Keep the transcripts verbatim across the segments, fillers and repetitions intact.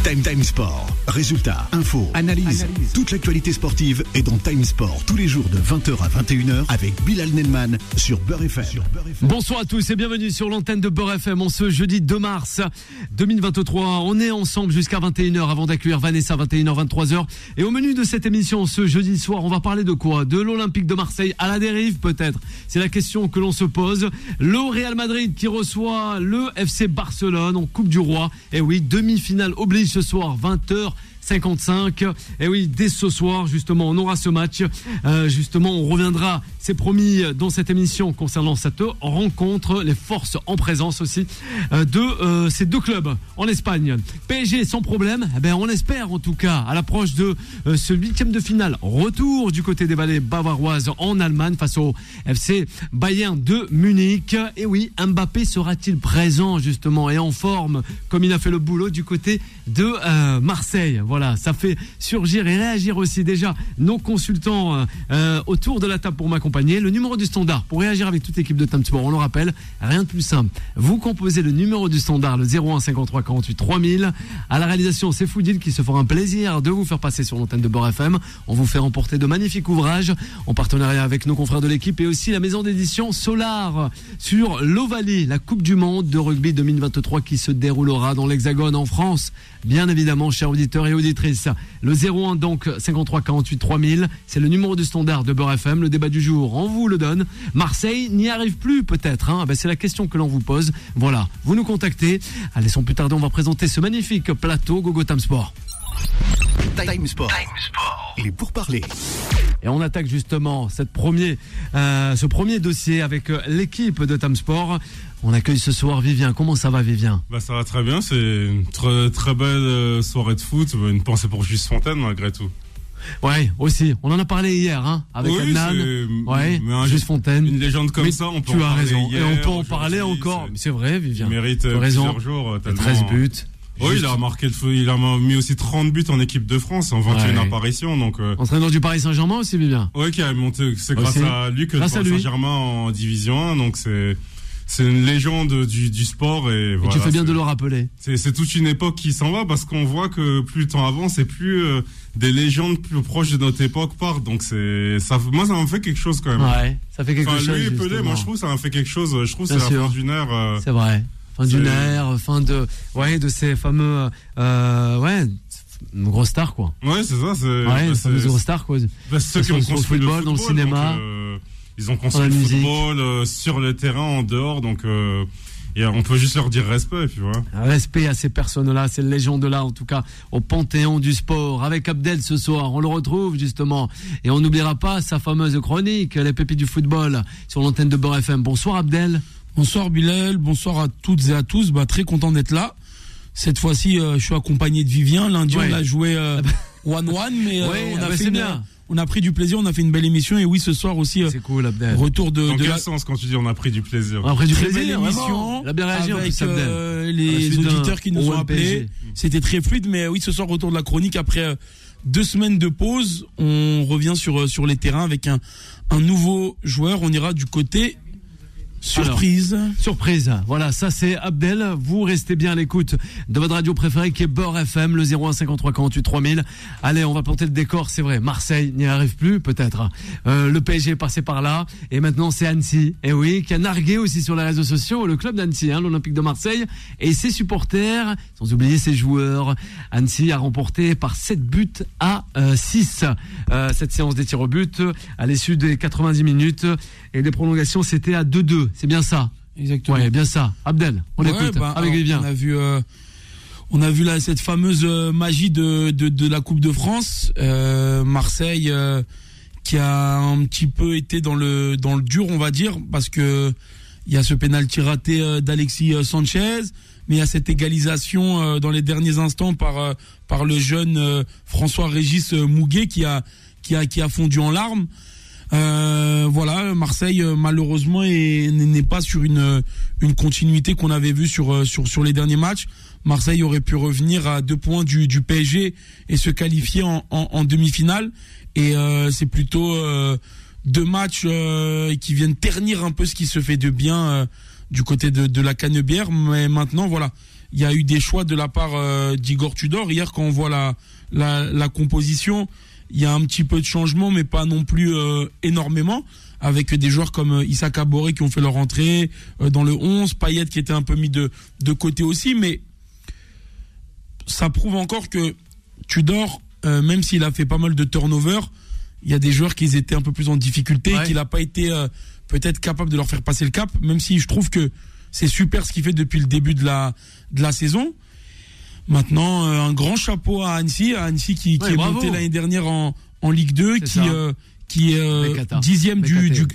Time Time Sport. Résultats, infos, analyse. analyse. Toute l'actualité sportive est dans Time Sport tous les jours de vingt heures à vingt et une heures avec Bilal Nenman sur Beurre F M. Sur Beurre F M. Bonsoir à tous et bienvenue sur l'antenne de Beurre F M en ce jeudi deux mars deux mille vingt-trois. On est ensemble jusqu'à vingt et une heures avant d'accueillir Vanessa, vingt et une heures, vingt-trois heures. Et au menu de cette émission ce jeudi soir, on va parler de quoi? De l'Olympique de Marseille à la dérive peut-être. C'est la question que l'on se pose. Le Real Madrid qui reçoit le F C Barcelone en Coupe du Roi. Et oui, demi-finale oblige ce soir, vingt heures cinquante-cinq. Et oui, dès ce soir, justement, on aura ce match. Euh, justement, on reviendra, c'est promis, dans cette émission concernant cette rencontre, les forces en présence aussi euh, de euh, ces deux clubs en Espagne. P S G sans problème, eh ben, on espère en tout cas à l'approche de euh, ce huitième de finale. Retour du côté des vallées bavaroises en Allemagne face au F C Bayern de Munich. Et oui, Mbappé sera-t-il présent justement et en forme comme il a fait le boulot du côté de euh, Marseille? Voilà. Voilà, ça fait surgir et réagir aussi déjà nos consultants euh, autour de la table pour m'accompagner. Le numéro du standard pour réagir avec toute l'équipe de Time Sport, on le rappelle, rien de plus simple. Vous composez le numéro du standard, le zéro un cinquante-trois quarante-huit trois mille. À la réalisation, c'est Foudil qui se fera un plaisir de vous faire passer sur l'antenne de Beurre F M. On vous fait remporter de magnifiques ouvrages en partenariat avec nos confrères de l'équipe et aussi la maison d'édition Solar sur l'Ovalie, la Coupe du Monde de rugby deux mille vingt-trois qui se déroulera dans l'Hexagone en France. Bien évidemment, chers auditeurs et auditrices, le zéro un donc cinquante-trois quarante-huit trois mille, c'est le numéro du standard de Beurre F M. Le débat du jour, on vous le donne. Marseille n'y arrive plus peut-être, hein ben, c'est la question que l'on vous pose. Voilà, vous nous contactez. Allez, sans plus tarder, on va présenter ce magnifique plateau Gogo Time Sport. Time Sport. Time Sport. Il est pour parler. Et on attaque justement cette premier, euh, ce premier dossier avec l'équipe de Time Sport. On accueille ce soir Vivien. Comment ça va, Vivien? Bah ça va très bien. C'est une très très belle soirée de foot. Une pensée pour Juste Fontaine malgré tout. Ouais, aussi. On en a parlé hier, hein, avec oui, Adnan. Ouais, Juste Fontaine. Une légende comme mais ça, on peut tu en as parler raison. hier, et on peut en parler encore. C'est, c'est vrai, Vivien. Il mérite plusieurs raison. jours. Tellement... treize buts. Oui, Juste... il a marqué, il a mis aussi trente buts en équipe de France en vingt et une ouais. apparitions. Donc, euh... entraîneur du Paris Saint-Germain aussi, Vivien. Oui, qui a monté. C'est grâce aussi. à lui que grâce le Paris Saint-Germain en Division un. Donc c'est. C'est une légende du, du sport et, et voilà. Tu fais bien de le rappeler. C'est, c'est toute une époque qui s'en va parce qu'on voit que plus le temps avance et plus euh, des légendes plus proches de notre époque partent. Donc c'est, ça, moi ça m'a fait quelque chose quand même. Ouais, ça fait quelque enfin, chose. Lui et Pelé, moi je trouve ça m'a fait quelque chose. Je trouve que c'est sûr. La fin d'une ère. Euh, c'est vrai. Fin d'une ère, fin de, ouais, de ces fameux, euh, ouais. Une grosse star quoi. Ouais, c'est ça. C'est, ouais, c'est, une grosse star quoi. Bah, c'est ceux qui ont construit le football, le football dans le cinéma. Donc, euh, ils ont construit le football euh, sur le terrain, en dehors, donc euh, et on peut juste leur dire respect, et puis voilà. Respect à ces personnes-là, ces légendes-là, en tout cas, au panthéon du sport. Avec Abdel ce soir, on le retrouve justement, et on n'oubliera pas sa fameuse chronique, les pépites du football, sur l'antenne de Beurre F M. Bonsoir Abdel. Bonsoir Bilal, bonsoir à toutes et à tous. Bah très content d'être là. Cette fois-ci, euh, je suis accompagné de Vivien. Lundi, ouais. on a joué euh, one-one, mais euh, ouais, on a ah bah fait une, bien. On a pris du plaisir, on a fait une belle émission et oui, ce soir aussi. C'est cool, Abdel. Retour de. Dans de quel la... sens quand tu dis on a pris du plaisir? On a pris du très plaisir. Belle émission. La bien réagi avec en plus, euh, les auditeurs qui nous ont appelés. C'était très fluide, mais oui, ce soir retour de la chronique après euh, deux semaines de pause. On revient sur euh, sur les terrains avec un un nouveau joueur. On ira du côté. Surprise. Alors, surprise. Voilà, ça c'est Abdel. Vous restez bien à l'écoute de votre radio préférée qui est Beurre F M, le zéro un cinquante-trois quarante-huit trois mille. Allez, on va planter le décor, c'est vrai. Marseille n'y arrive plus, peut-être. Euh, le P S G est passé par là. Et maintenant, c'est Annecy. Et oui, qui a nargué aussi sur les réseaux sociaux le club d'Annecy, hein, l'Olympique de Marseille. Et ses supporters, sans oublier ses joueurs. Annecy a remporté par sept buts à euh, six. Euh, cette séance des tirs au but à l'issue des quatre-vingt-dix minutes. Et les prolongations, c'était à deux deux. C'est bien ça. Exactement. Ouais, bien ça. Abdel, on ouais, l'écoute bah, avec Vivien. On a vu, euh, on a vu là cette fameuse euh, magie de, de de la Coupe de France. Euh, Marseille euh, qui a un petit peu été dans le dans le dur, on va dire, parce que il y a ce pénalty raté euh, d'Alexis Sanchez, mais il y a cette égalisation euh, dans les derniers instants par euh, par le jeune euh, François-Régis Mouguet qui a qui a qui a fondu en larmes. Euh, voilà, Marseille malheureusement est, n'est pas sur une une continuité qu'on avait vue sur sur sur les derniers matchs. Marseille aurait pu revenir à deux points du du P S G et se qualifier en en, en demi-finale. Et euh, c'est plutôt euh, deux matchs euh, qui viennent ternir un peu ce qui se fait de bien euh, du côté de de la Canebière. Mais maintenant voilà, il y a eu des choix de la part euh, d'Igor Tudor. Hier, quand on voit la, la, la composition, il y a un petit peu de changement, mais pas non plus euh, énormément, avec des joueurs comme Issa Kabore qui ont fait leur entrée euh, dans le onze, Payet qui était un peu mis de, de côté aussi, mais ça prouve encore que Tudor, euh, même s'il a fait pas mal de turnover, il y a des joueurs qui étaient un peu plus en difficulté ouais. et qu'il n'a pas été euh, peut-être capable de leur faire passer le cap, même si je trouve que c'est super ce qu'il fait depuis le début de la, de la saison. Maintenant, euh, un grand chapeau à Annecy, à Annecy qui, qui ouais, est bravo. monté l'année dernière en, en Ligue deux, c'est qui, euh, qui est euh, dixième, du, du,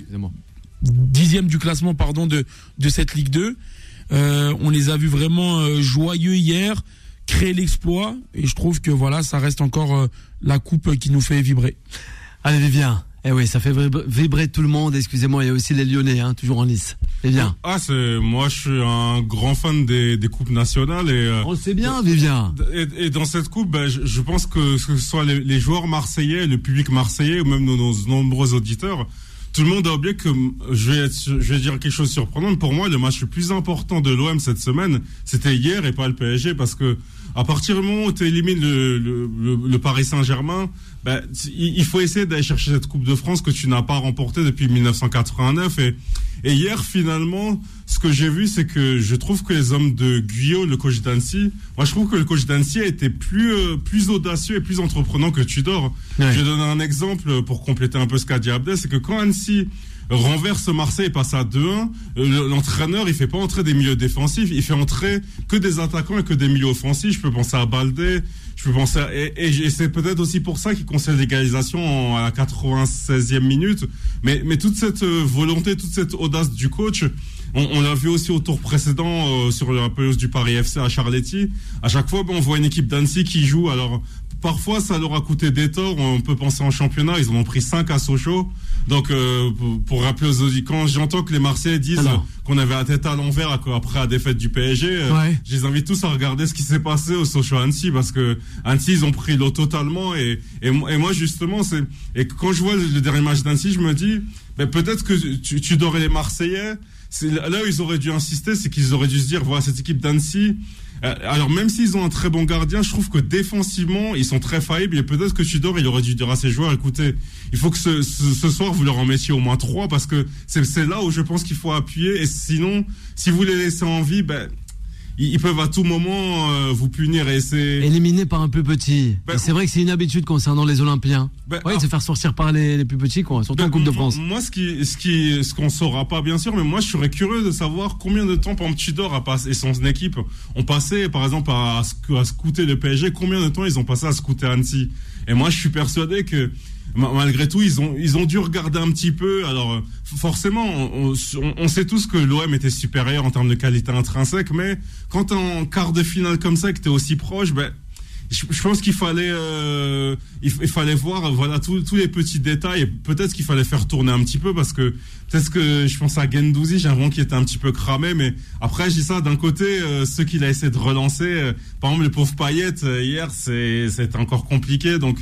dixième du classement pardon, de, de cette Ligue deux. Euh, on les a vus vraiment euh, joyeux hier, créer l'exploit, et je trouve que voilà, ça reste encore euh, la coupe qui nous fait vibrer. Allez Vivien, eh oui, ça fait vibrer tout le monde, excusez-moi, il y a aussi les Lyonnais, hein, toujours en lice. Vivien. Ah, c'est, moi je suis un grand fan des, des coupes nationales et... Euh, On le sait bien, Vivien. Et, et dans cette coupe, ben, je, je pense que, que ce soit les, les joueurs marseillais, le public marseillais, ou même nos, nos nombreux auditeurs, tout le monde a oublié que, je vais, être, je vais dire quelque chose de surprenant, pour moi, le match le plus important de l'O M cette semaine, c'était hier et pas le P S G, parce que à partir du moment où tu élimines le, le, le, le Paris Saint-Germain, ben, il faut essayer d'aller chercher cette Coupe de France que tu n'as pas remportée depuis mille neuf cent quatre-vingt-neuf. Et, et hier, finalement, ce que j'ai vu, c'est que je trouve que les hommes de Guyot, le coach d'Annecy, moi je trouve que le coach d'Annecy a été plus, euh, plus audacieux et plus entreprenant que Tudor. Ouais. Je vais donner un exemple pour compléter un peu ce qu'a dit Abdel, c'est que quand Annecy renverse Marseille et passe à deux un, l'entraîneur il fait pas entrer des milieux défensifs, il fait entrer que des attaquants et que des milieux offensifs. Je peux penser à Baldé, je peux penser à, et, et, et c'est peut-être aussi pour ça qu'il concède l'égalisation à la quatre-vingt-seizième minute, mais, mais toute cette volonté, toute cette audace du coach, on, on l'a vu aussi au tour précédent euh, sur la pelouse du Paris F C à Charletti. À chaque fois, ben, on voit une équipe d'Annecy qui joue, alors parfois ça leur a coûté des torts, on peut penser en championnat, ils en ont pris cinq à Sochaux. Donc euh, pour, pour rappeler aux auditeurs, quand j'entends que les Marseillais disent Alors. qu'on avait la tête à l'envers après la défaite du P S G, euh, ouais. je les invite tous à regarder ce qui s'est passé au Sochaux Annecy, parce que Annecy ils ont pris l'eau totalement, et, et, et moi justement c'est et quand je vois le, le dernier match d'Annecy, je me dis ben, peut-être que tu, tu dorais les Marseillais, c'est là où ils auraient dû insister, c'est qu'ils auraient dû se dire voilà, cette équipe d'Annecy, alors même s'ils ont un très bon gardien, je trouve que défensivement ils sont très faillibles, et peut-être que Tudor il aurait dû dire à ses joueurs écoutez, il faut que ce, ce, ce soir vous leur en mettiez au moins trois, parce que c'est, c'est là où je pense qu'il faut appuyer, et sinon si vous les laissez en vie, ben ils peuvent à tout moment euh, vous punir, et c'est éliminé par un plus petit. Ben, c'est vrai que c'est une habitude concernant les Olympiens. Ben, oui, c'est faire sortir par les, les plus petits, quoi, surtout ben, en Coupe de France. Moi, ce qui, ce qui, ce qu'on saura pas bien sûr, mais moi, je serais curieux de savoir combien de temps, par exemple, Tudor a passé et son équipe ont passé, par exemple, à, à scouter le P S G. Combien de temps ils ont passé à scouter Annecy? Et moi, je suis persuadé que malgré tout, ils ont, ils ont dû regarder un petit peu. Alors, forcément, on, on, on sait tous que l'O M était supérieur en termes de qualité intrinsèque, mais quand t'es en quart de finale comme ça et que t'es aussi proche, ben, je, je pense qu'il fallait, euh, il, il fallait voir, voilà, tous, tous les petits détails, et peut-être qu'il fallait faire tourner un petit peu, parce que peut-être que je pense à Guendouzi, j'ai l'impression qu'il était un petit peu cramé, mais après, je dis ça, d'un côté, euh, ceux qu'il a essayé de relancer, euh, par exemple, le pauvre Payet, euh, hier, c'est, c'était encore compliqué, donc,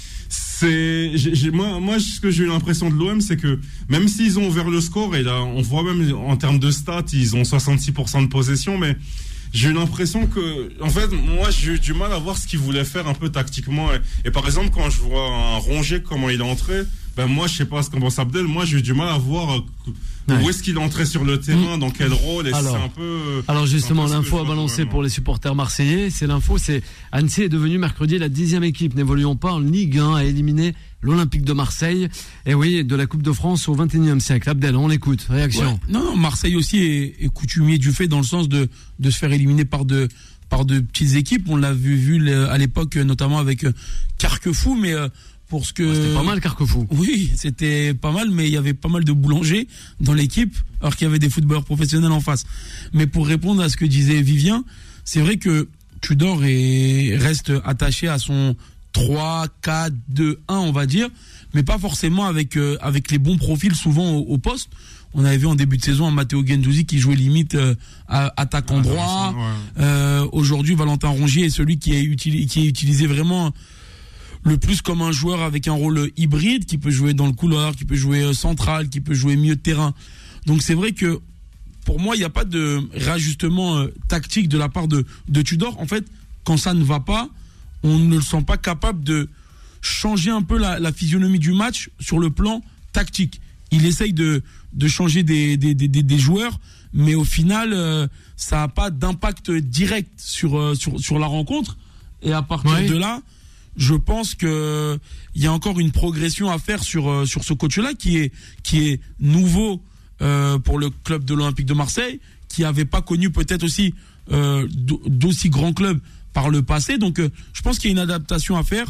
c'est j'ai, j'ai, moi moi ce que j'ai eu l'impression de l'O M, c'est que même s'ils ont ouvert le score, et là on voit même en termes de stats ils ont soixante-six pour cent de possession, mais j'ai eu l'impression que en fait moi j'ai eu du mal à voir ce qu'ils voulaient faire un peu tactiquement, et, et par exemple quand je vois un Rongier comment il est entré, ben moi je sais pas ce qu'en pense Abdel, moi j'ai eu du mal à voir ouais. où est-ce qu'il est entré sur le terrain, mmh. dans quel rôle, et alors, c'est un peu alors justement l'info à balancer pour les supporters marseillais, c'est l'info, c'est Annecy est devenu mercredi la dixième équipe n'évoluant pas en Ligue un à éliminer l'Olympique de Marseille, et oui, de la Coupe de France au vingt et unième siècle. Abdel, on l'écoute, réaction. Ouais. Non, non, Marseille aussi est, est coutumier du fait, dans le sens de, de se faire éliminer par de, par de petites équipes. On l'a vu, vu à l'époque, notamment avec Carquefou, mais pour ce que... Ouais, c'était pas mal, Carquefou. Oui, c'était pas mal, mais il y avait pas mal de boulangers dans l'équipe, alors qu'il y avait des footballeurs professionnels en face. Mais pour répondre à ce que disait Vivien, c'est vrai que Tudor est, reste attaché à son trois, quatre, deux, un, on va dire, mais pas forcément avec, euh, avec les bons profils souvent au, au poste. On avait vu en début de saison un Matteo Guendouzi qui jouait limite euh, à, attaquant ah, droit. Ouais. Euh, aujourd'hui, Valentin Rongier est celui qui est, utili- qui est utilisé vraiment le plus comme un joueur avec un rôle hybride, qui peut jouer dans le couloir, qui peut jouer central, qui peut jouer milieu de terrain. Donc c'est vrai que pour moi, il n'y a pas de réajustement euh, tactique de la part de, de Tudor. En fait, quand ça ne va pas, on ne le sent pas capable de changer un peu la, la physionomie du match sur le plan tactique. Il essaye de, de changer des, des, des, des joueurs, mais au final, euh, ça n'a pas d'impact direct sur, euh, sur, sur la rencontre. Et à partir ouais. de là, je pense que il y a encore une progression à faire sur, euh, sur ce coach-là qui est, qui est nouveau euh, pour le club de l'Olympique de Marseille, qui n'avait pas connu peut-être aussi euh, d'aussi grands clubs par le passé. Donc, euh, je pense qu'il y a une adaptation à faire.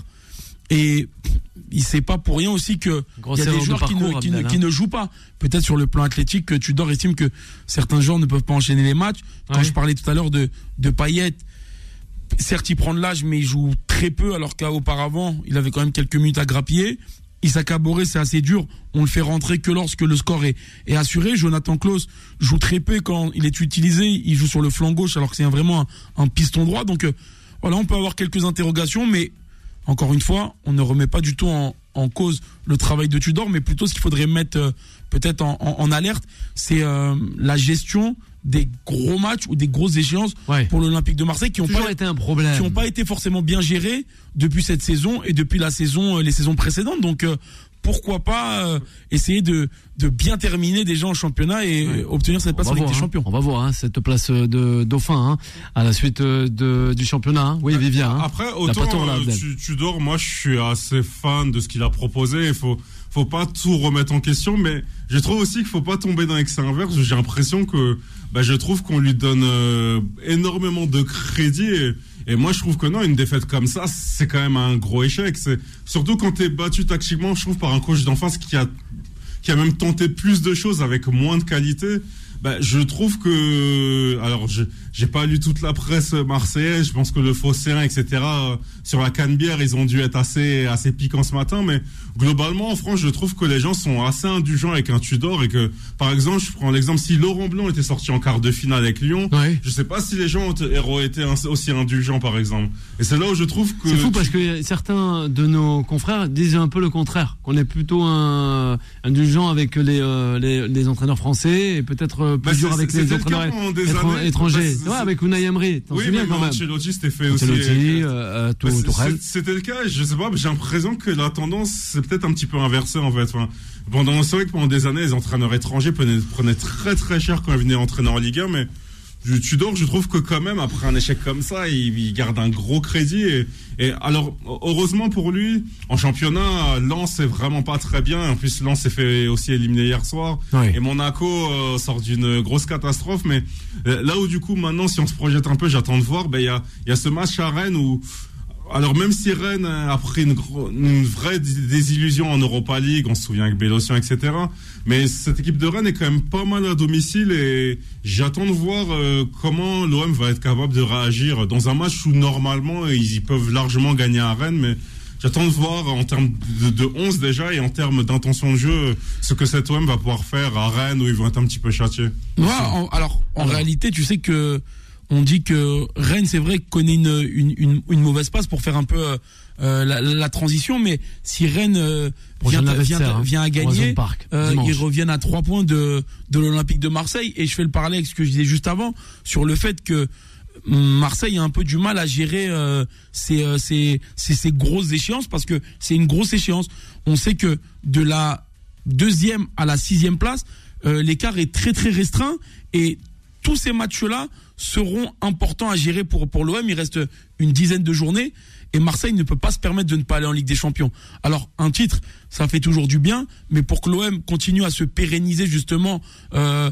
Et il sait pas pour rien aussi que il y a des joueurs de parcours, qui, ne, qui, ne, qui ne jouent pas. Peut-être sur le plan athlétique que Tudor estime que certains joueurs ne peuvent pas enchaîner les matchs. Quand ouais. je parlais tout à l'heure de, de Payet, certes il prend de l'âge mais il joue très peu alors qu'auparavant il avait quand même quelques minutes à grappiller. Issa Kaboré, c'est assez dur, on le fait rentrer que lorsque le score est, est assuré. Jonathan Klaus joue très peu quand il est utilisé, il joue sur le flanc gauche alors que c'est vraiment un, un piston droit. Donc euh, voilà, on peut avoir quelques interrogations, mais encore une fois, on ne remet pas du tout en, en cause le travail de Tudor, mais plutôt ce qu'il faudrait mettre euh, peut-être en, en, en alerte, c'est euh, la gestion des gros matchs ou des grosses échéances ouais. pour l'Olympique de Marseille qui n'ont pas été un problème, qui n'ont pas été forcément bien gérés depuis cette saison et depuis la saison, les saisons précédentes. Donc euh, pourquoi pas euh, essayer de, de bien terminer déjà en championnat et ouais. obtenir cette place en Ligue des Champions. On va voir hein, cette place de dauphin hein, à la suite de, du championnat. Hein. Oui, Vivien. Hein. Après, autant euh, tu, tu dors, moi je suis assez fan de ce qu'il a proposé. Il faut, faut pas tout remettre en question, mais je trouve aussi qu'il faut pas tomber dans l'excès inverse. J'ai l'impression que bah, je trouve qu'on lui donne euh, énormément de crédit. Et, Et moi, je trouve que non, une défaite comme ça, c'est quand même un gros échec. C'est surtout quand t'es battu tactiquement, je trouve, par un coach d'en face qui a, qui a même tenté plus de choses avec moins de qualité. Bah, je trouve que, alors, je, j'ai pas lu toute la presse marseillaise. Je pense que le Phocéen, et cetera, sur la Canebière, ils ont dû être assez, assez piquants ce matin. Mais globalement, en France, je trouve que les gens sont assez indulgents avec un Tudor et que, par exemple, je prends l'exemple, si Laurent Blanc était sorti en quart de finale avec Lyon, ouais. je sais pas si les gens auraient été aussi indulgents, par exemple. Et c'est là où je trouve que... C'est fou parce que certains de nos confrères disent un peu le contraire, qu'on est plutôt un, indulgent avec les, euh, les, les entraîneurs français et peut-être plus bah dur avec les entraîneurs étr- étrangers. Bah, ouais, avec Unai Emery. Oui, mais quand même. Ancelotti s'était fait aussi. Ancelotti, euh, tout, bah, c'est, c'était le cas. Je sais pas, j'ai l'impression que la tendance c'est peut-être un petit peu inversée en fait. Enfin, pendant, c'est vrai que pendant des années, les entraîneurs étrangers prenaient, prenaient très très cher quand ils venaient entraîner en Ligue un, mais Tudor, je trouve que quand même, après un échec comme ça, il, il garde un gros crédit. Et, et alors, heureusement pour lui, en championnat, Lens c'est vraiment pas très bien. En plus, Lens s'est fait aussi éliminer hier soir. Oui. Et Monaco euh, sort d'une grosse catastrophe. Mais euh, là où du coup, maintenant, si on se projette un peu, j'attends de voir, ben il y a, y a ce match à Rennes où... Alors même si Rennes a pris une, gro- une vraie désillusion en Europa League, on se souvient avec Bélocian, et cetera. Mais cette équipe de Rennes est quand même pas mal à domicile et j'attends de voir euh, comment l'O M va être capable de réagir dans un match où normalement ils, ils peuvent largement gagner à Rennes, mais j'attends de voir en termes de, de onze déjà et en termes d'intention de jeu ce que cet O M va pouvoir faire à Rennes où ils vont être un petit peu châtiés. Ouais, en, alors en alors. réalité, tu sais que on dit que Rennes, c'est vrai, connaît une, une, une, une mauvaise passe pour faire un peu euh, la, la transition, mais si Rennes euh, vient, vient, hein, vient à gagner, Park, euh, ils reviennent à trois points de, de l'Olympique de Marseille. Et je fais le parallèle avec ce que je disais juste avant sur le fait que Marseille a un peu du mal à gérer euh, ces, euh, ces, ces, ces grosses échéances parce que c'est une grosse échéance. On sait que de la deuxième à la sixième place, euh, l'écart est très très restreint et tous ces matchs-là seront importants à gérer pour, pour l'O M. Il reste une dizaine de journées et Marseille ne peut pas se permettre de ne pas aller en Ligue des Champions. Alors, un titre, ça fait toujours du bien, mais pour que l'O M continue à se pérenniser justement euh,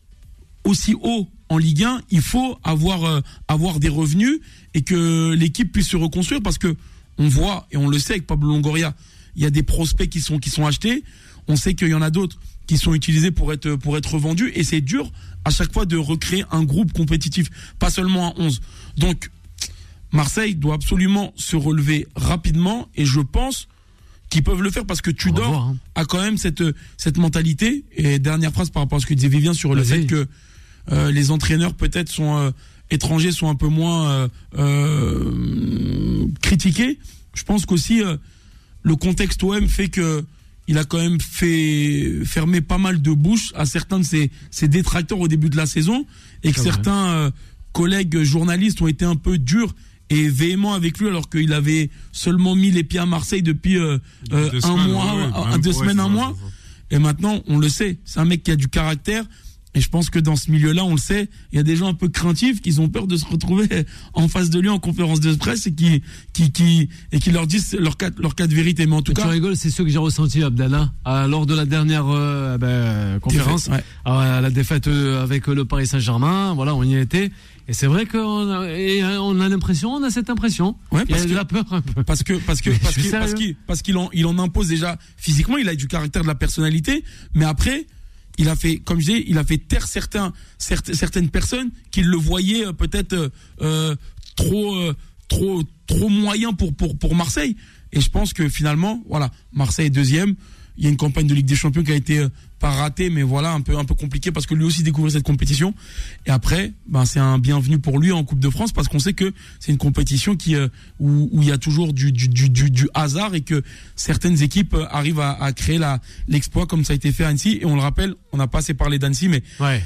aussi haut en Ligue un, il faut avoir, euh, avoir des revenus et que l'équipe puisse se reconstruire parce que on voit, et on le sait avec Pablo Longoria, il y a des prospects qui sont, qui sont achetés, on sait qu'il y en a d'autres qui sont utilisés pour être, pour être vendus et c'est dur à chaque fois de recréer un groupe compétitif, pas seulement à onze. Donc, Marseille doit absolument se relever rapidement et je pense qu'ils peuvent le faire parce que Tudor voir, hein. a quand même cette, cette mentalité. Et dernière phrase par rapport à ce que disait Vivien sur le Vas-y. fait que euh, les entraîneurs peut-être sont euh, étrangers sont un peu moins euh, euh, critiqués. Je pense qu'aussi euh, le contexte O M fait que il a quand même fait fermer pas mal de bouches à certains de ses, ses détracteurs au début de la saison, et que C'est certains euh, collègues journalistes ont été un peu durs et véhéments avec lui, alors qu'il avait seulement mis les pieds à Marseille depuis euh, euh, un semaines, mois, ouais, un, ouais, deux ouais, semaines, un ça, mois. ça, ça. Et maintenant, on le sait, c'est un mec qui a du caractère. Et je pense que dans ce milieu-là, on le sait, il y a des gens un peu craintifs qui ont peur de se retrouver en face de lui en conférence de presse et qui, qui, qui, et qui leur disent leur cas, leur cas de vérité. Mais en tout Mais cas. tu rigoles, c'est ce que j'ai ressenti, Abdallah, à, lors de la dernière euh, ben, conférence, Défaite, ouais. à la défaite euh, avec le Paris Saint-Germain. Voilà, on y était. Et c'est vrai qu'on a, et on a l'impression, on a cette impression. Ouais, il y a parce de que- la peur un peu. Parce que, parce que, Mais parce je suis qu'il, parce sérieux. qu'il, parce qu'il en, il en impose déjà physiquement, il a du caractère, de la personnalité, mais après, il a fait, comme je disais, il a fait taire certains, certes- certaines personnes qui le voyaient euh, peut-être euh, euh, trop, euh, trop, trop moyen pour, pour, pour Marseille. Et je pense que finalement, voilà, Marseille est deuxième. Il y a une campagne de Ligue des Champions qui a été euh, pas ratée, mais voilà, un peu, un peu compliquée parce que lui aussi découvrait cette compétition. Et après, ben, c'est un bienvenu pour lui en Coupe de France parce qu'on sait que c'est une compétition qui, euh, où, où il y a toujours du, du, du, du, du hasard et que certaines équipes euh, arrivent à, à créer la, l'exploit comme ça a été fait à Annecy. Et on le rappelle, on n'a pas assez parlé d'Annecy, mais Ouais.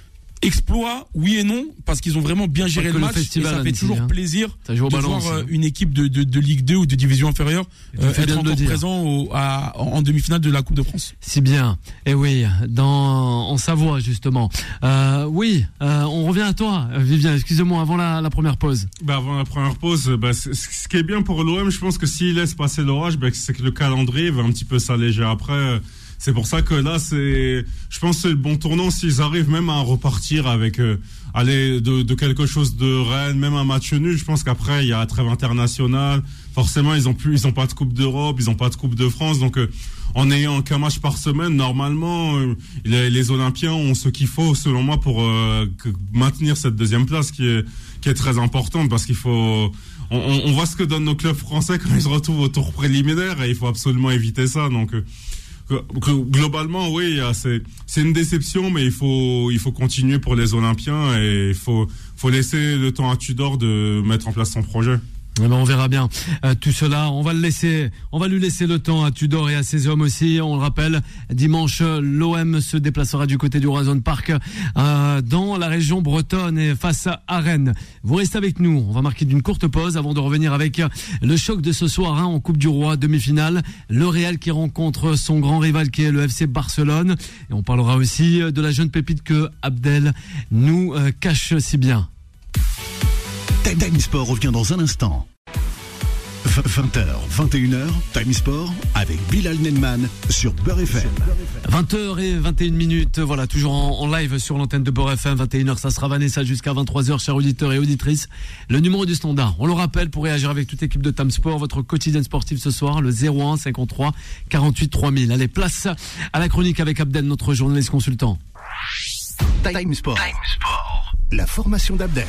exploit, oui et non, parce qu'ils ont vraiment bien géré que le le match et festival ça fait Annecy, toujours hein. plaisir Ça joue au de ballon voir aussi, euh, hein. une équipe de, de, de Ligue deux ou de division inférieure tu euh, fais être bien de le encore dire. présent au, à, en demi-finale de la Coupe de France. Si bien. Et oui, dans en Savoie justement. Euh, oui, euh, on revient à toi, Vivien. Excuse-moi avant la, la première pause. Bah avant la première pause, bah, c'est- ce qui est bien pour l'O M, je pense que s'il laisse passer l'orage, bah, c'est que le calendrier va un petit peu s'alléger après. C'est pour ça que là, c'est, je pense, que c'est le bon tournant s'ils arrivent même à repartir avec, euh, aller de, de quelque chose de Rennes, même un match nul. Je pense qu'après il y a la trêve internationale. Forcément, ils ont plus, ils ont pas de Coupe d'Europe, ils ont pas de Coupe de France, donc euh, en ayant qu'un match par semaine, normalement, euh, les, les Olympiens ont ce qu'il faut, selon moi, pour euh, que- maintenir cette deuxième place qui est qui est très importante parce qu'il faut. On, on, on voit ce que donnent nos clubs français quand ils se retrouvent au tour préliminaire et il faut absolument éviter ça. Donc euh, que- globalement, oui, il y a- c'est c'est une déception, mais il faut il faut continuer pour les Olympiens et il faut faut laisser le temps à Tudor de mettre en place son projet. Eh ben, on verra bien euh, tout cela. On va le laisser, on va lui laisser le temps à Tudor et à ses hommes aussi. On le rappelle, dimanche, l'O M se déplacera du côté du Horizon Park euh, dans la région bretonne et face à Rennes. Vous restez avec nous. On va marquer d'une courte pause avant de revenir avec le choc de ce soir hein, en Coupe du Roi demi-finale. Le Real qui rencontre son grand rival qui est le F C Barcelone. Et on parlera aussi de la jeune pépite que Abdel nous euh, cache si bien. Time Sport revient dans un instant. vingt heures, vingt et une heures, Time Sport avec Bilal Nenman sur Beurre F M. vingt heures et vingt et une minutes, voilà, toujours en, en live sur l'antenne de Beurre F M, vingt et une heures, ça sera Vanessa jusqu'à vingt-trois heures, chers auditeurs et auditrices. Le numéro du standard, on le rappelle, pour réagir avec toute l'équipe de Time Sport, votre quotidien sportif ce soir, le zéro un cinquante-trois quarante-huit trois mille. Allez, place à la chronique avec Abdel, notre journaliste consultant. Time Sport. La formation d'Abdel.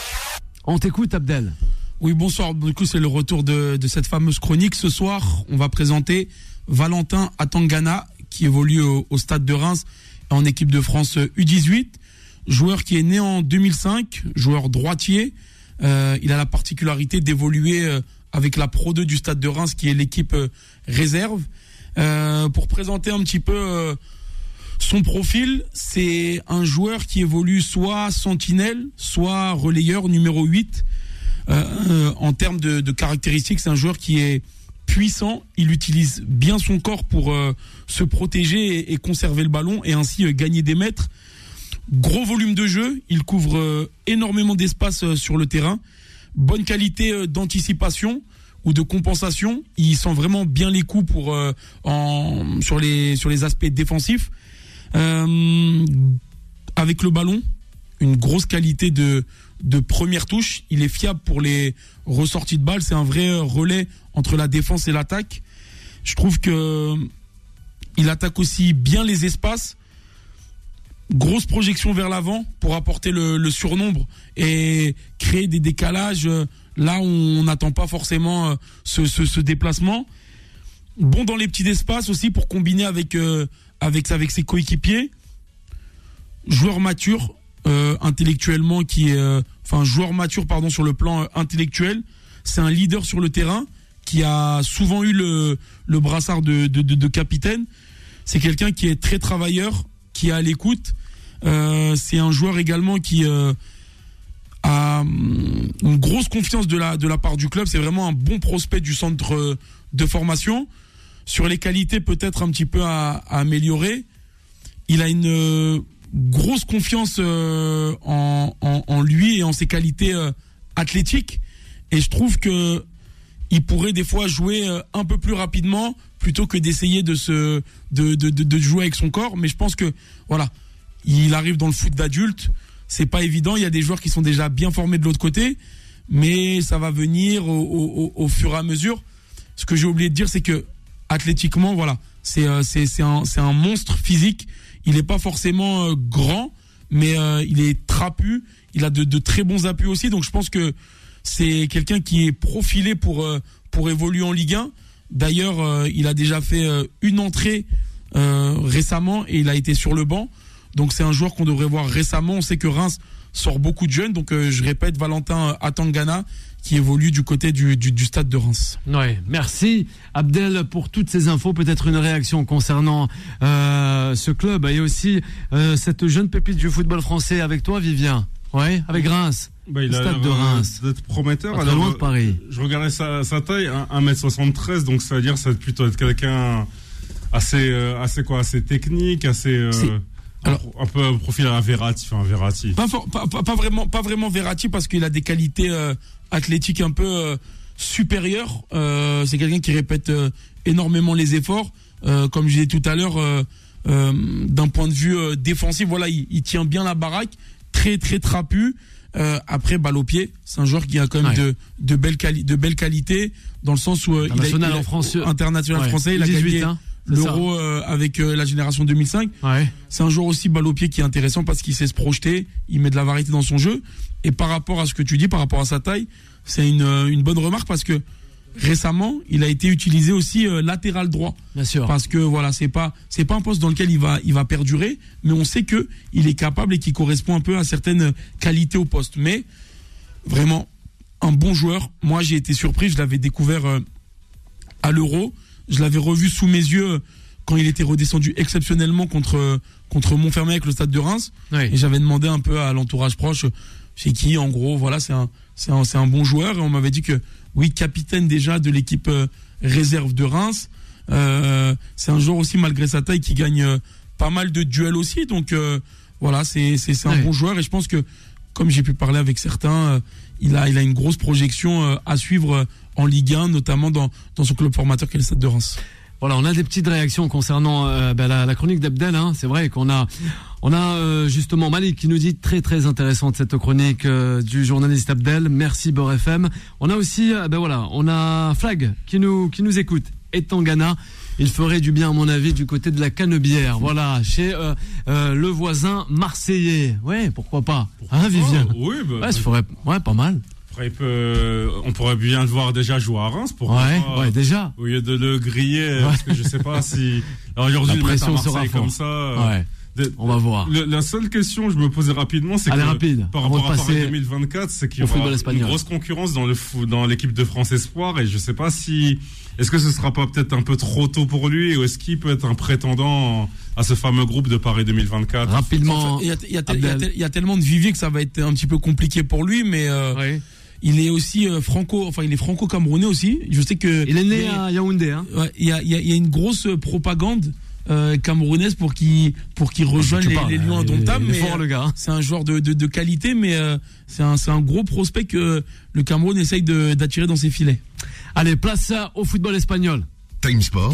On t'écoute, Abdel. Oui, bonsoir. Du coup, c'est le retour de, de cette fameuse chronique. Ce soir, on va présenter Valentin Atangana, qui évolue au, au Stade de Reims en équipe de France U dix-huit. Joueur qui est né en deux mille cinq, joueur droitier. Euh, il a la particularité d'évoluer euh, avec la Pro deux du Stade de Reims, qui est l'équipe euh, réserve. Euh, pour présenter un petit peu euh, son profil, c'est un joueur qui évolue soit sentinelle, soit relayeur numéro huit. Euh, euh, en termes de, de caractéristiques, c'est un joueur qui est puissant. Il utilise bien son corps pour euh, se protéger et, et conserver le ballon et ainsi euh, gagner des mètres. Gros volume de jeu, il couvre euh, énormément d'espace euh, sur le terrain. Bonne qualité euh, d'anticipation ou de compensation. Il sent vraiment bien les coups pour euh, en, sur les sur les aspects défensifs. Euh, avec le ballon, une grosse qualité de de première touche. Il est fiable pour les ressorties de balles. C'est un vrai relais entre la défense et l'attaque. Je trouve que il attaque aussi bien les espaces. Grosse projection vers l'avant pour apporter le, le surnombre et créer des décalages là où on n'attend pas forcément ce, ce, ce déplacement. Bon dans les petits espaces aussi pour combiner avec, euh, avec, avec ses coéquipiers. Joueur mature, euh, intellectuellement, qui est, euh, enfin, joueur mature, pardon, sur le plan euh, intellectuel. C'est un leader sur le terrain qui a souvent eu le, le brassard de, de, de, de capitaine. C'est quelqu'un qui est très travailleur, qui est à l'écoute. Euh, c'est un joueur également qui euh, a une grosse confiance de la, de la part du club. C'est vraiment un bon prospect du centre de formation. Sur les qualités, peut-être un petit peu à, à améliorer. Il a une euh, grosse confiance euh, en, en, en lui et en ses qualités euh, athlétiques. Et je trouve que il pourrait des fois jouer euh, un peu plus rapidement plutôt que d'essayer de se de, de, de, de jouer avec son corps. Mais je pense que voilà, il arrive dans le foot d'adulte. C'est pas évident. Il y a des joueurs qui sont déjà bien formés de l'autre côté, mais ça va venir au, au, au fur et à mesure. Ce que j'ai oublié de dire, c'est que athlétiquement, voilà, c'est euh, c'est c'est un c'est un monstre physique. Il n'est pas forcément euh, grand, mais euh, il est trapu. Il a de, de très bons appuis aussi. Donc je pense que c'est quelqu'un qui est profilé pour euh, pour évoluer en Ligue un. D'ailleurs, euh, il a déjà fait euh, une entrée euh, récemment et il a été sur le banc. Donc c'est un joueur qu'on devrait voir récemment. On sait que Reims sort beaucoup de jeunes. Donc euh, je répète, Valentin Atangana, qui évolue du côté du, du, du stade de Reims. Ouais, merci Abdel pour toutes ces infos. Peut-être une réaction concernant euh, ce club et aussi euh, cette jeune pépite du football français avec toi, Vivien. Ouais, avec Reims. Bah, il le a stade de Reims. D'être prometteur. Pas très loin de Paris. Je regardais sa, sa taille, un mètre soixante-treize, donc ça veut dire que ça va plutôt être quelqu'un assez, euh, assez quoi, assez technique, assez. Euh, Alors, un peu un profil à Verratti, enfin Verratti. Pas, for, pas, pas, pas vraiment, pas vraiment Verratti parce qu'il a des qualités euh, athlétiques un peu euh, supérieures. Euh, c'est quelqu'un qui répète euh, énormément les efforts. Euh, comme je disais tout à l'heure, euh, euh, d'un point de vue euh, défensif, voilà, il, il tient bien la baraque, très très trapu. Euh, après, balle au pied, c'est un joueur qui a quand même ouais. de de belles quali- de belles qualités dans le sens où euh, il a, il a, en France, international ouais. français, il a dix-huit, gagné. Hein. L'Euro euh, avec euh, la génération deux mille cinq. Ouais. C'est un joueur aussi balle au pied qui est intéressant parce qu'il sait se projeter, il met de la variété dans son jeu. Et par rapport à ce que tu dis, par rapport à sa taille, c'est une, une bonne remarque parce que récemment, il a été utilisé aussi euh, latéral droit. Bien sûr. Parce que voilà, c'est pas c'est pas un poste dans lequel il va il va perdurer, mais on sait que il est capable et qu'il correspond un peu à certaines qualités au poste. Mais vraiment un bon joueur. Moi, j'ai été surpris, je l'avais découvert euh, à l'Euro. Je l'avais revu sous mes yeux quand il était redescendu exceptionnellement contre contre Montfermeil avec le stade de Reims. Oui. Et j'avais demandé un peu à l'entourage proche, c'est qui en gros, voilà, c'est un c'est un c'est un bon joueur et on m'avait dit que oui, capitaine déjà de l'équipe euh, réserve de Reims. Euh, c'est un joueur aussi malgré sa taille qui gagne euh, pas mal de duels aussi. Donc euh, voilà, c'est c'est c'est un oui. bon joueur et je pense que comme j'ai pu parler avec certains, euh, il a il a une grosse projection euh, à suivre euh, en Ligue un, notamment dans, dans son club formateur qui est le Stade de Reims. Voilà, on a des petites réactions concernant euh, ben, la, la chronique d'Abdel. Hein. C'est vrai qu'on a, on a euh, justement Malik qui nous dit très très intéressante cette chronique euh, du journaliste Abdel. Merci Beurre F M. On a aussi, euh, ben voilà, on a Flag qui nous qui nous écoute. Et Tangana, il ferait du bien à mon avis du côté de la Canebière. Voilà, chez euh, euh, le voisin marseillais. Ouais, pourquoi pas. Pourquoi hein, Vivien. Oui, bah, ouais, ça ferait, ouais, pas mal. Il peut, on pourrait bien le voir déjà jouer à Reims pour ouais, pas, ouais, déjà. Au lieu de le griller, ouais. Parce que je sais pas si alors aujourd'hui la pression le sera comme ça. Ouais. De, on va voir. Le, la seule question que je me posais rapidement, c'est Allez, que rapide, par rapport à Paris deux mille vingt-quatre, c'est qu'il y aura une grosse concurrence dans le foot, dans l'équipe de France Espoir, et je sais pas si est-ce que ce sera pas peut-être un peu trop tôt pour lui, ou est-ce qu'il peut être un prétendant à ce fameux groupe de Paris deux mille vingt-quatre. Rapidement. Il y, y, y a tellement de viviers que ça va être un petit peu compliqué pour lui, mais. Euh, oui. Il est aussi euh, franco, enfin il est franco-camerounais aussi. Je sais que il est né mais, à Yaoundé. Hein. Ouais, il y a, il y a, il y a une grosse propagande euh, camerounaise pour qu'il pour qu'il rejoigne les, parles, les Lions indomptables. Il est mais fort, le gars. Euh, c'est un joueur de, de, de qualité, mais euh, c'est un c'est un gros prospect que le Cameroun essaye de, d'attirer dans ses filets. Allez, place au football espagnol. Time Sport.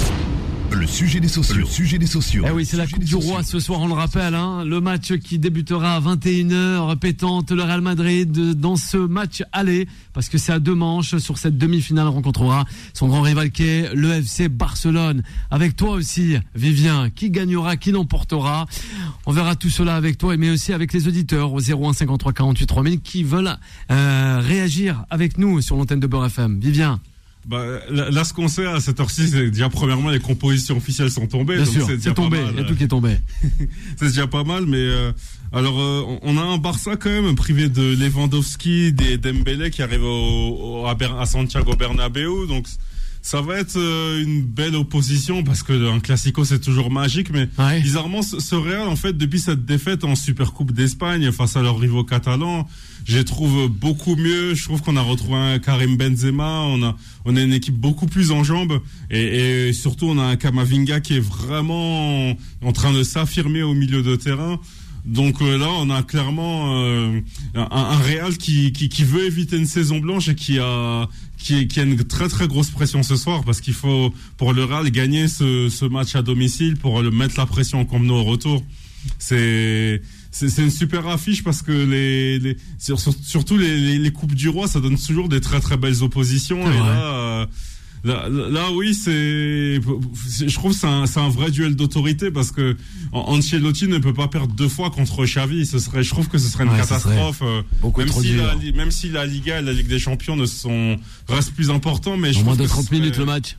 Le sujet des sociaux. Le sujet des sociaux. Eh oui, c'est la Coupe du Roi ce soir, on le rappelle. Hein, le match qui débutera à vingt et une heures, pétante le Real Madrid dans ce match aller, parce que c'est à deux manches. Sur cette demi-finale, rencontrera son grand rival qui est le F C Barcelone. Avec toi aussi, Vivien, qui gagnera, qui l'emportera. On verra tout cela avec toi, mais aussi avec les auditeurs au zéro un cinquante-trois quarante-huit trois mille qui veulent euh, réagir avec nous sur l'antenne de Beurre F M. Vivien. Bah, là, là, ce qu'on sait à cette heure-ci, c'est déjà premièrement les compositions officielles sont tombées. Bien donc sûr, c'est, c'est tombé, il y a tout qui est tombé. C'est déjà pas mal, mais euh, alors euh, on a un Barça quand même privé de Lewandowski, des Dembélé qui arrivent au, au, à, Ber- à Santiago Bernabéu, donc ça va être euh, une belle opposition parce que un classico c'est toujours magique, mais ouais. bizarrement ce, ce Real en fait depuis cette défaite en Supercoupe d'Espagne face à leurs rivaux catalans, je les trouve beaucoup mieux. Je trouve qu'on a retrouvé un Karim Benzema, on a on a une équipe beaucoup plus en jambes et, et surtout on a un Camavinga qui est vraiment en train de s'affirmer au milieu de terrain. Donc euh, là, on a clairement euh, un, un Real qui, qui qui veut éviter une saison blanche et qui a qui, qui a une très très grosse pression ce soir parce qu'il faut pour le Real gagner ce, ce match à domicile pour le mettre la pression au Camp Nou au retour. C'est c'est, c'est une super affiche parce que les, les sur, surtout les, les les coupes du roi, ça donne toujours des très très belles oppositions. C'est et vrai. là. Euh, Là, là, oui, c'est, je trouve, que c'est un, c'est un vrai duel d'autorité parce que Ancelotti ne peut pas perdre deux fois contre Xavi. Ce serait, je trouve que ce serait une ouais, catastrophe. Même si, la, même si la Liga et la Ligue des Champions ne sont restent plus importants, mais je en trouve moins de trente serait, minutes le match.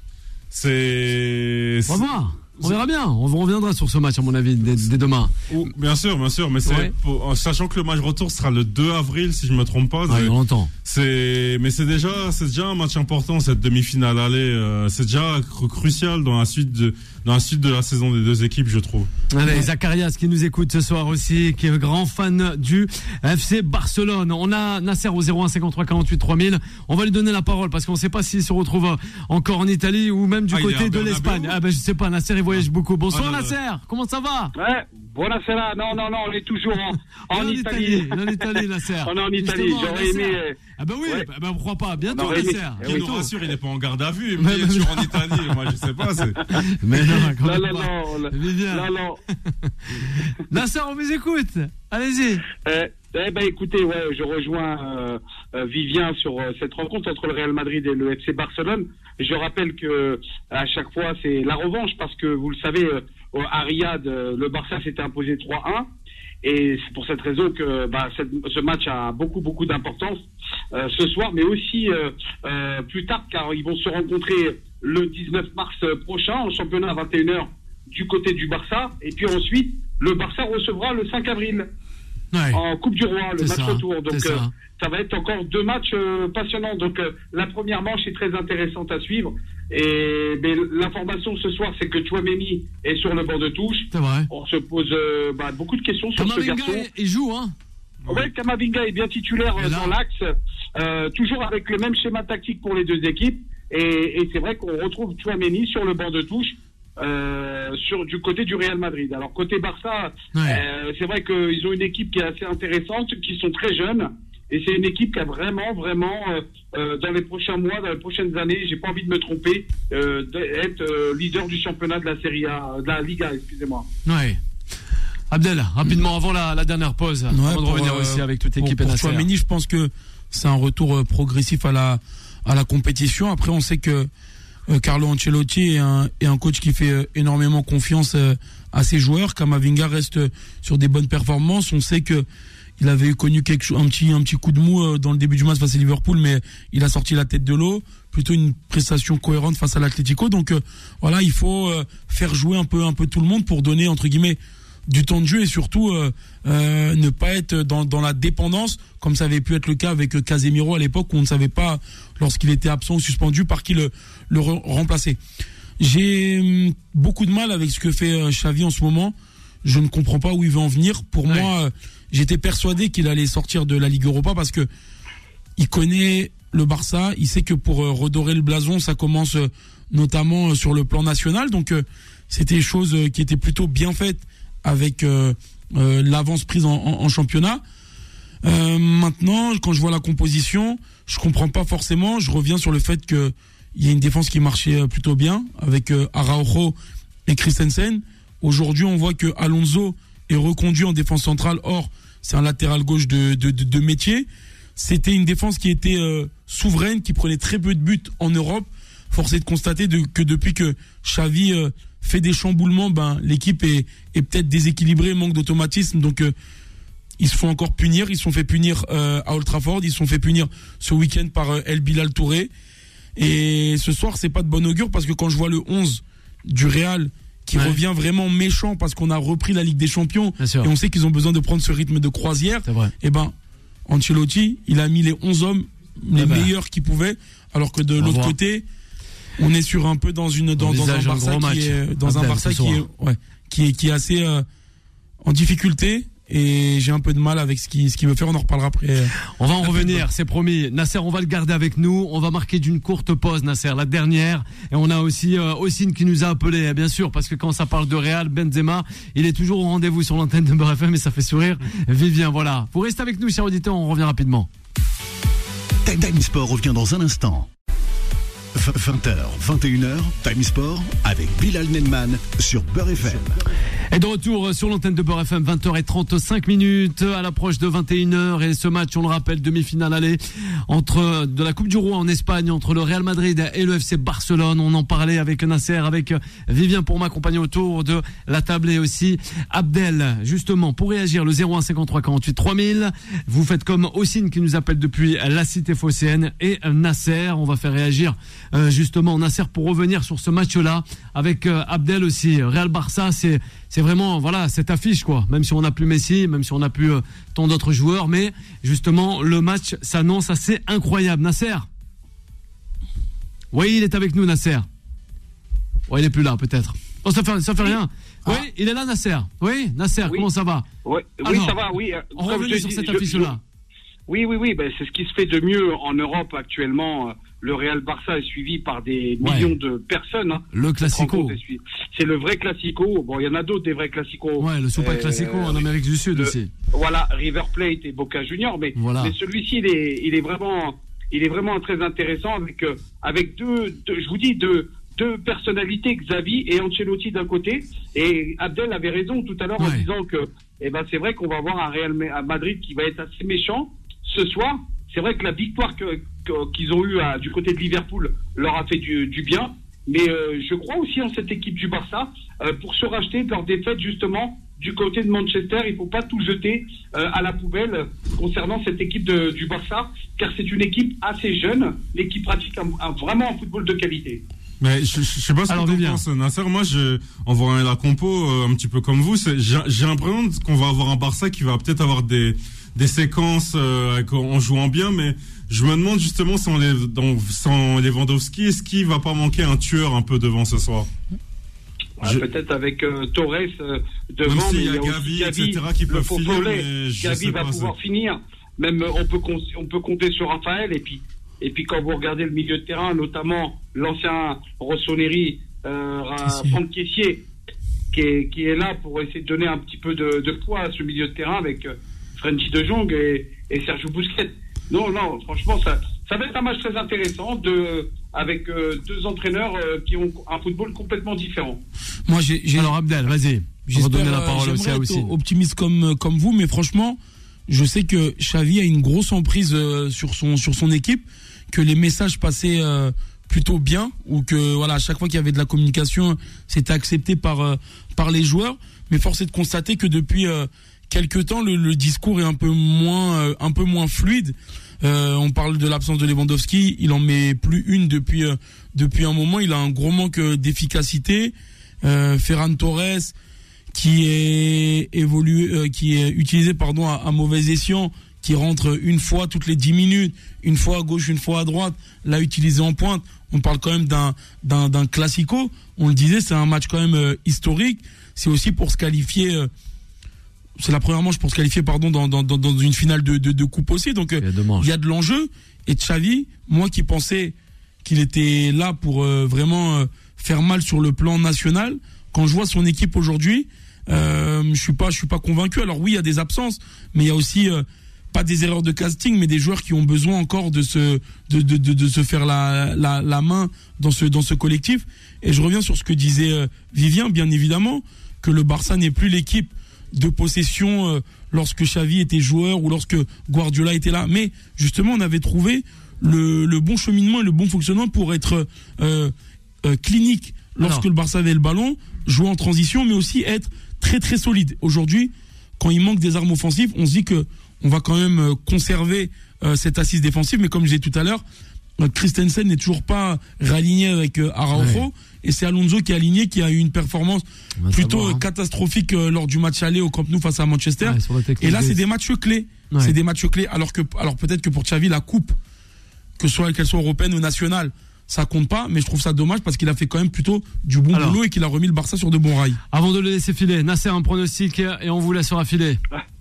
C'est. On va voir. On verra bien, on reviendra sur ce match à mon avis dès, dès demain. Oh, bien sûr, bien sûr, mais c'est ouais. pour, sachant que le match retour sera le deux avril si je me trompe pas. Ouais, longtemps. C'est mais c'est déjà c'est déjà un match important cette demi-finale aller, euh, c'est déjà cru, crucial dans la suite de dans la suite de la saison des deux équipes, je trouve. Allez, Zacharias qui nous écoute ce soir aussi, qui est grand fan du F C Barcelone. On a Nasser au zéro un cinquante-trois quarante-huit trois mille. On va lui donner la parole parce qu'on ne sait pas s'il se retrouve encore en Italie ou même du ah, côté de l'Espagne. Ah ben je sais pas, Nasser il voyage beaucoup. Bonsoir oh, Nasser, comment ça va? Ouais, buonasera. Non, non, non, on est toujours en, en, en Italie. Italie. En Italie, Nasser. On est en Italie, j'aurais aimé... Ah ben oui, ouais. bah, bah, on croit pas. Bientôt, Nasser. Il oui, nous rassure, il n'est pas en garde à vue. Il est toujours en Italie. Moi, je sais pas. C'est... Mais non, quand non, même non, pas. non, Vivian. non, non. Nasser, on vous écoute. Allez-y. Euh, eh ben, écoutez, ouais, je rejoins euh, euh, Vivien sur euh, cette rencontre entre le Real Madrid et le F C Barcelone. Je rappelle que à chaque fois, c'est la revanche parce que vous le savez, euh, à Riyad, euh, le Barça s'était imposé trois un. Et c'est pour cette raison que bah, cette, ce match a beaucoup, beaucoup d'importance euh, ce soir, mais aussi euh, euh, plus tard, car ils vont se rencontrer le dix-neuf mars prochain en championnat à vingt et une heures du côté du Barça. Et puis ensuite, le Barça recevra le cinq avril ouais. en Coupe du Roi, le c'est match ça, retour. Donc euh, ça. ça va être encore deux matchs euh, passionnants. Donc euh, la première manche est très intéressante à suivre. Et mais l'information ce soir, c'est que Tchouaméni est sur le banc de touche. C'est vrai. On se pose euh, bah, beaucoup de questions sur Camavinga, ce garçon. Il joue, hein. Ouais, Camavinga est bien titulaire euh, dans l'axe, euh, toujours avec le même schéma tactique pour les deux équipes. Et, et c'est vrai qu'on retrouve Tchouaméni sur le banc de touche euh, sur du côté du Real Madrid. Alors côté Barça, ouais. euh, c'est vrai qu'ils ont une équipe qui est assez intéressante, qui sont très jeunes. Et c'est une équipe qui a vraiment, vraiment, euh, euh, dans les prochains mois, dans les prochaines années, j'ai pas envie de me tromper, euh, d'être euh, leader du championnat de la Serie A, de la Liga, excusez-moi. Ouais. Abdel, rapidement avant la, la dernière pause, ouais, avant de revenir euh, aussi avec toute l'équipe. Pour, pour Tchouaméni, je pense que c'est un retour euh, progressif à la à la compétition. Après, on sait que euh, Carlo Ancelotti est un, est un coach qui fait euh, énormément confiance euh, à ses joueurs. Camavinga reste euh, sur des bonnes performances. On sait que il avait connu quelque chose, un petit, un petit coup de mou dans le début du match face à Liverpool, mais il a sorti la tête de l'eau. Plutôt une prestation cohérente face à l'Atlético. Donc euh, voilà, il faut euh, faire jouer un peu, un peu tout le monde pour donner entre guillemets du temps de jeu et surtout euh, euh, ne pas être dans, dans la dépendance, comme ça avait pu être le cas avec Casemiro à l'époque où on ne savait pas lorsqu'il était absent ou suspendu par qui le, le re- remplacer. J'ai beaucoup de mal avec ce que fait Xavi en ce moment. Je ne comprends pas où il veut en venir. Pour ouais. moi, j'étais persuadé qu'il allait sortir de la Ligue Europa parce que il connaît le Barça. Il sait que pour redorer le blason, ça commence notamment sur le plan national. Donc, c'était des choses qui étaient plutôt bien faites avec euh, euh, l'avance prise en, en, en championnat. Euh, maintenant, quand je vois la composition, je comprends pas forcément. Je reviens sur le fait que il y a une défense qui marchait plutôt bien avec euh, Araujo et Christensen. Aujourd'hui, on voit que Alonso est reconduit en défense centrale. Or, c'est un latéral gauche de, de, de, de métier. C'était une défense qui était euh, souveraine, qui prenait très peu de buts en Europe. Force est de constater de, que depuis que Xavi euh, fait des chamboulements, ben l'équipe est, est peut-être déséquilibrée, manque d'automatisme. Donc, euh, ils se font encore punir. Ils se sont fait punir euh, à Old Trafford. Ils se sont fait punir ce week-end par euh, El Bilal Touré. Et ce soir, c'est pas de bon augure parce que quand je vois le onze du Real qui ouais. revient vraiment méchant parce qu'on a repris la Ligue des Champions et on sait qu'ils ont besoin de prendre ce rythme de croisière, et ben Ancelotti, il a mis les onze hommes les ah meilleurs ben. qu'il pouvait, alors que de on l'autre côté, on est sur un peu dans une dans, dans un Barça un qui est dans Abdel, un Barça qui est ouais, qui est qui est assez euh, en difficulté. Et j'ai un peu de mal avec ce qu'il ce qu'il veut faire, on en reparlera après. On va en revenir, c'est promis. Nasser, on va le garder avec nous. On va marquer d'une courte pause, Nasser, la dernière. Et on a aussi euh, Ossine qui nous a appelé, bien sûr, parce que quand ça parle de Real, Benzema, il est toujours au rendez-vous sur l'antenne de Beurre F M et ça fait sourire. Vivien, voilà. Vous restez avec nous, chers auditeurs, on revient rapidement. Time Sport revient dans un instant. vingt heures, vingt et une heures, Time Sport avec Bilal Nelman sur Beurre F M. Et de retour sur l'antenne de Beurre F M, vingt heures trente-cinq minutes à l'approche de vingt et une heures. Et ce match, on le rappelle, demi-finale aller entre de la Coupe du Roi en Espagne entre le Real Madrid et le F C Barcelone. On en parlait avec Nasser, avec Vivien pour m'accompagner autour de la table et aussi Abdel. Justement, pour réagir, le zéro un cinquante-trois quarante-huit trois mille. Vous faites comme Ossine qui nous appelle depuis la cité phocéenne et Nasser. On va faire réagir euh, justement Nasser pour revenir sur ce match-là avec euh, Abdel aussi. Real Barça, c'est c'est vraiment voilà cette affiche quoi. Même si on n'a plus Messi, même si on n'a plus euh, tant d'autres joueurs, mais justement le match s'annonce assez incroyable. Nasser. Oui, il est avec nous, Nasser. Oui, il est plus là peut-être. Oh, ça fait ça fait rien. Ah. Oui, il est là, Nasser. Oui, Nasser, oui. Comment ça va? Oui, oui Alors, ça va. Oui. On revient sur cette affiche-là. Oui, oui, oui. Ben, c'est ce qui se fait de mieux en Europe actuellement. Le Real Barça est suivi par des ouais. millions de personnes. Hein. Le Classico. C'est le vrai Classico. Bon, il y en a d'autres des vrais Classicos. Ouais, le Super euh, Classico en Amérique du Sud le, aussi. Voilà, River Plate et Boca Juniors. Mais, voilà. mais celui-ci, il est, il est vraiment, il est vraiment très intéressant avec, euh, avec deux, deux, je vous dis, deux, deux personnalités, Xavi et Ancelotti d'un côté. Et Abdel avait raison tout à l'heure ouais. en disant que, eh ben, c'est vrai qu'on va avoir un Real Madrid qui va être assez méchant ce soir. C'est vrai que la victoire que, que, qu'ils ont eue à, du côté de Liverpool leur a fait du, du bien, mais euh, je crois aussi en cette équipe du Barça euh, pour se racheter de leur défaite justement du côté de Manchester. Il ne faut pas tout jeter euh, à la poubelle concernant cette équipe de, du Barça, car c'est une équipe assez jeune, mais qui pratique un, un, vraiment un football de qualité. Mais je, je sais pas ce Alors, que tu penses, Nasser. Moi, je, en voyant la compo euh, un petit peu comme vous, c'est, j'ai, j'ai l'impression qu'on va avoir un Barça qui va peut-être avoir des des séquences euh, en jouant bien, mais je me demande justement sans, les, dans, sans Lewandowski, est-ce qu'il va pas manquer un tueur un peu devant ce soir? Ouais, je... Peut-être avec euh, Torres euh, devant, même s'il mais y a, il y a Gavi, Gavi, et cetera qui peuvent filer, mais je Gavi sais va pas, pouvoir c'est... finir. Même on peut on peut compter sur Raphaël et puis et puis quand vous regardez le milieu de terrain, notamment l'ancien Rossoneri, euh, Franck Kessié, qui est qui est là pour essayer de donner un petit peu de, de poids à ce milieu de terrain avec euh, Frenkie de Jong et, et Sergio Busquets. Non, non, franchement, ça, ça va être un match très intéressant de, avec euh, deux entraîneurs euh, qui ont un football complètement différent. Moi, j'ai, j'ai... Alors, Abdel, vas-y. Je vais donner la parole aussi à Ossine. Optimiste comme, comme vous, mais franchement, je sais que Xavi a une grosse emprise euh, sur son, sur son équipe, que les messages passaient euh, plutôt bien, ou que, voilà, à chaque fois qu'il y avait de la communication, c'était accepté par, euh, par les joueurs. Mais force est de constater que depuis, euh, quelque temps, le, le discours est un peu moins, euh, un peu moins fluide. Euh, on parle de l'absence de Lewandowski, il en met plus une depuis euh, depuis un moment. Il a un gros manque d'efficacité. Euh, Ferran Torres, qui est évolué, euh, qui est utilisé pardon à, à mauvais escient, qui rentre une fois toutes les dix minutes, une fois à gauche, une fois à droite, l'a utilisé en pointe. On parle quand même d'un d'un d'un classico. On le disait, c'est un match quand même euh, historique. C'est aussi pour se qualifier. Euh, C'est la première manche pour se qualifier, pardon, dans, dans, dans une finale de, de, de coupe aussi. Donc, il y, il y a de l'enjeu. Et Xavi, moi qui pensais qu'il était là pour euh, vraiment euh, faire mal sur le plan national, quand je vois son équipe aujourd'hui, euh, je suis pas, je suis pas convaincu. Alors oui, il y a des absences, mais il y a aussi euh, pas des erreurs de casting, mais des joueurs qui ont besoin encore de se, de, de, de, de se faire la, la, la main dans ce, dans ce collectif. Et je reviens sur ce que disait euh, Vivien, bien évidemment, que le Barça n'est plus l'équipe de possession euh, lorsque Xavi était joueur ou lorsque Guardiola était là. Mais justement, on avait trouvé le, le bon cheminement et le bon fonctionnement pour être euh, euh, clinique lorsque Alors. le Barça avait le ballon, jouer en transition, mais aussi être très très solide. Aujourd'hui, quand il manque des armes offensives, on se dit que on va quand même conserver euh, cette assise défensive. Mais comme je disais tout à l'heure, Christensen n'est toujours pas réaligné avec euh, Araujo, ouais. et c'est Alonso qui est aligné, qui a eu une performance plutôt savoir, hein. catastrophique euh, lors du match aller au Camp Nou face à Manchester. Ouais, et là, c'est des matchs clés. Ouais. C'est des matchs clés. Alors que, alors peut-être que pour Xavi, la coupe, que soit qu'elle soit européenne ou nationale, ça compte pas, mais je trouve ça dommage parce qu'il a fait quand même plutôt du bon alors, boulot et qu'il a remis le Barça sur de bons rails. Avant de le laisser filer, Nasser, un pronostic et on vous laissera filer.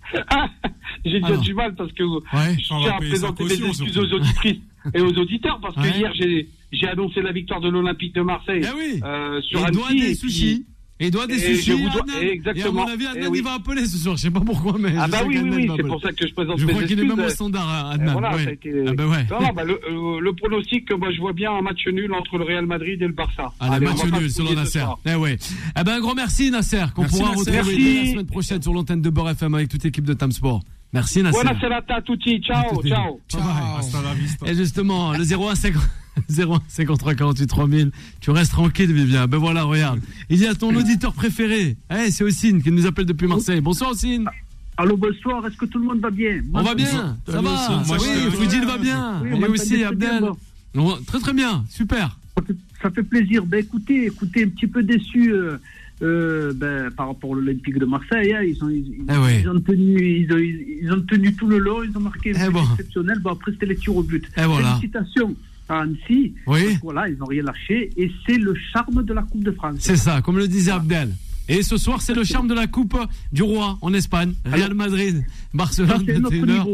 J'ai déjà du mal parce que ouais, je tiens à présenter mes excuses aux auditrices et aux auditeurs parce que ouais. hier j'ai, j'ai annoncé la victoire de l'Olympique de Marseille eh oui. euh, sur et Annecy. Doit des sushis. Et il doit des et sushis. Dois, et exactement. Et à mon avis, Adnan, oui. il va appeler ce soir. Je sais pas pourquoi, mais. Ah bah oui, oui, oui, c'est pour ça que je présente je mes crois excuses. qu'il est même au standard, Adnan. Voilà, ouais. ça a été... Ah bah ouais. Non, non, bah, le, euh, le pronostic, moi, je vois bien un match nul entre le Real Madrid et le Barça. Ah, le match nul sur le Nasser. Eh ouais. Eh ben, un grand merci, Nasser, qu'on merci, pourra Nasser. retrouver merci. la semaine prochaine sur l'antenne de Beurre F M avec toute l'équipe de Time Sport. Merci, Nasser. Buona serata a tutti. Ciao, ciao. Ciao. Hasta la vista. Et justement, le zéro un cinquante-trois quarante-huit trois mille. Tu restes tranquille, Vivien. Ben voilà, regarde. Il y a ton auditeur préféré. Eh, c'est Ossine qui nous appelle depuis Marseille. Bonsoir, Ossine. Allô, bonsoir. Est-ce que tout le monde va bien? On va bien. Ça va. Oui, Fridjil va bien. Et aussi, Abdel. Très, très bien. Super. Ça fait plaisir. Ben, écoutez, écoutez, un petit peu déçu. Euh, Euh, ben, par rapport à l'Olympique de Marseille, hein, ils, ont, ils, eh oui. ils, ont tenu, ils, ont, ils ont tenu tout le long, ils ont marqué un eh but bon. exceptionnel. Bon, après, c'était les tirs au but. Eh voilà. Félicitations à Annecy. Oui. Voilà, ils n'ont rien lâché. Et c'est le charme de la Coupe de France. C'est ça, comme le disait Abdel. Et ce soir, c'est le charme de la Coupe du Roi en Espagne. Real Madrid, Barcelone, vingt et une heures.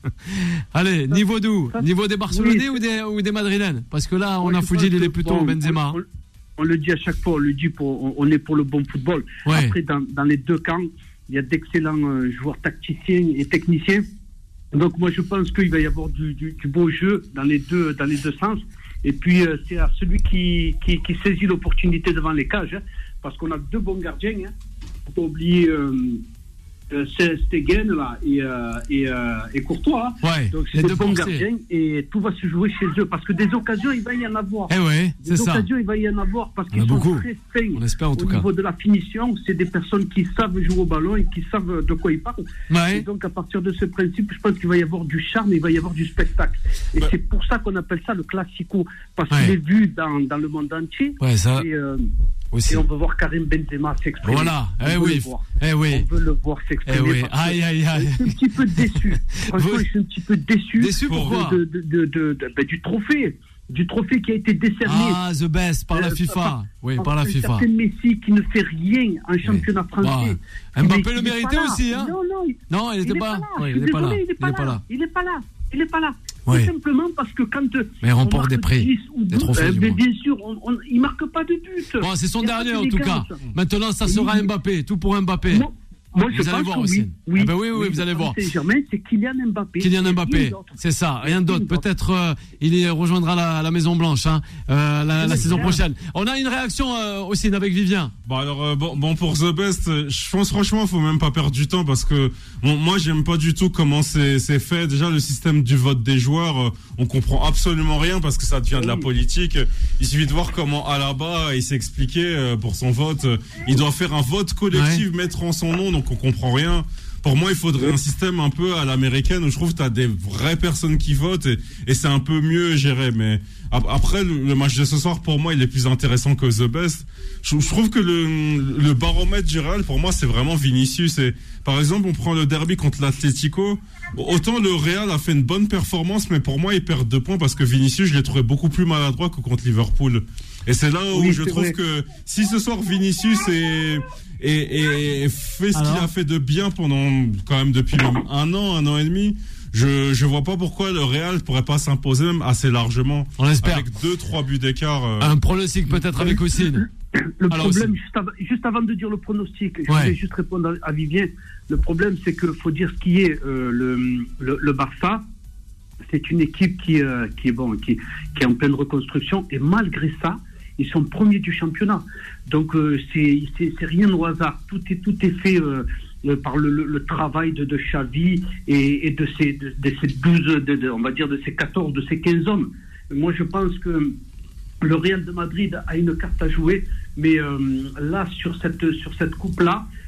Allez, ça, niveau d'où ça, Niveau des Barcelonais oui, ou, des, ou des Madrilènes? Parce que là, on ouais, a Fudil, il est plutôt bon, Benzema. On, on le dit à chaque fois, on le dit pour, on est pour le bon football. Ouais. Après, dans, dans les deux camps, il y a d'excellents euh, joueurs tacticiens et techniciens. Donc moi, je pense qu'il va y avoir du, du, du beau jeu dans les deux, dans les deux sens. Et puis, euh, c'est à celui qui, qui, qui saisit l'opportunité devant les cages, hein, parce qu'on a deux bons gardiens. Hein. Faut pas oublier euh, euh, Stegen là et, euh, et, euh, et Courtois. Ouais, donc c'est des bons gardiens et tout va se jouer chez eux parce que des occasions il va y en avoir. Eh ouais, des c'est occasions ça. il va y en avoir parce qu'ils sont beaucoup. très fins. On espère en tout au cas. niveau de la finition, c'est des personnes qui savent jouer au ballon et qui savent de quoi ils parlent. Ouais. Et donc à partir de ce principe, je pense qu'il va y avoir du charme, il va y avoir du spectacle. Et bah. c'est pour ça qu'on appelle ça le classico parce ouais. qu'il est vu dans, dans le monde entier. Ouais, ça. Et, euh, Aussi. Et on veut voir Karim Benzema s'exprimer. Voilà, eh oui. Eh oui. On veut le voir s'exprimer. Eh oui. Aïe, aïe, aïe. Je suis un petit peu déçu. Franchement, je suis un petit peu déçu. Déçu pourquoi de, de, de, de, de, de, du trophée. Du trophée qui a été décerné. Ah, The Best, par euh, la FIFA. Par, oui, par, par la FIFA. C'est Messi qui ne fait rien en championnat oui. français. Bah, Mbappé le méritait aussi, hein. Non, non. Il, non, il n'était pas, pas là. Ouais, il n'est pas là. Il n'est pas, pas là. Il n'est pas là. Il n'est pas là. Oui. Tout simplement parce que quand mais il remporte des prix, des trophées. Euh, mais bien sûr, on, on, il marque pas de but. Bon, c'est son dernier en tout cas. Maintenant, ça sera Mbappé, tout pour Mbappé. Non. Moi, vous je allez pense voir que aussi. Oui, oui, ah ben oui, oui, oui, vous allez voir. Saint-Germain, c'est Kylian Mbappé. Kylian Mbappé, c'est ça, rien d'autre. Peut-être euh, il y rejoindra la, la Maison Blanche hein, euh, la, la saison prochaine. On a une réaction euh, aussi avec Vivien. Bon alors euh, bon, bon pour The Best, je pense franchement faut même pas perdre du temps parce que bon, moi j'aime pas du tout comment c'est c'est fait. Déjà le système du vote des joueurs, euh, on comprend absolument rien parce que ça devient de la politique. Il suffit de voir comment Alaba il s'est expliqué euh, pour son vote. Il doit faire un vote collectif, ouais. mettre en son nom, donc on comprend rien. Pour moi, il faudrait un système un peu à l'américaine où je trouve que tu as des vraies personnes qui votent et, et c'est un peu mieux géré. Mais après, le match de ce soir, pour moi, il est plus intéressant que The Best. Je, je trouve que le, le baromètre du Real, pour moi, c'est vraiment Vinicius. Et, par exemple, on prend le derby contre l'Atlético. Autant le Real a fait une bonne performance, mais pour moi, il perd deux points parce que Vinicius, je l'ai trouvé beaucoup plus maladroit que contre Liverpool. Et c'est là où oui, je trouve vrai. que si ce soir, Vinicius est... Et, et, et fait ce Alors qu'il a fait de bien pendant quand même depuis un an, un an et demi. Je je vois pas pourquoi le Real pourrait pas s'imposer même assez largement. On espère. Avec deux trois buts d'écart. Euh... Un pronostic peut-être avec Ossine. Le Alors problème, juste, av- juste avant de dire le pronostic, je ouais. voulais juste répondre à Vivien. Le problème, c'est que faut dire ce qui est euh, le, le le Barça. C'est une équipe qui euh, qui est bon, qui qui est en pleine reconstruction et malgré ça. Ils sont premiers du championnat. Donc, euh, c'est, c'est, c'est rien au hasard. Tout est, tout est fait euh, euh, par le, le, le travail de, de Xavi et, et de ces, de, de ces douze, de, de, on va dire de ces quatorze, de ces quinze hommes. Moi, je pense que le Real de Madrid a une carte à jouer, mais euh, là, sur cette, sur cette coupe-là,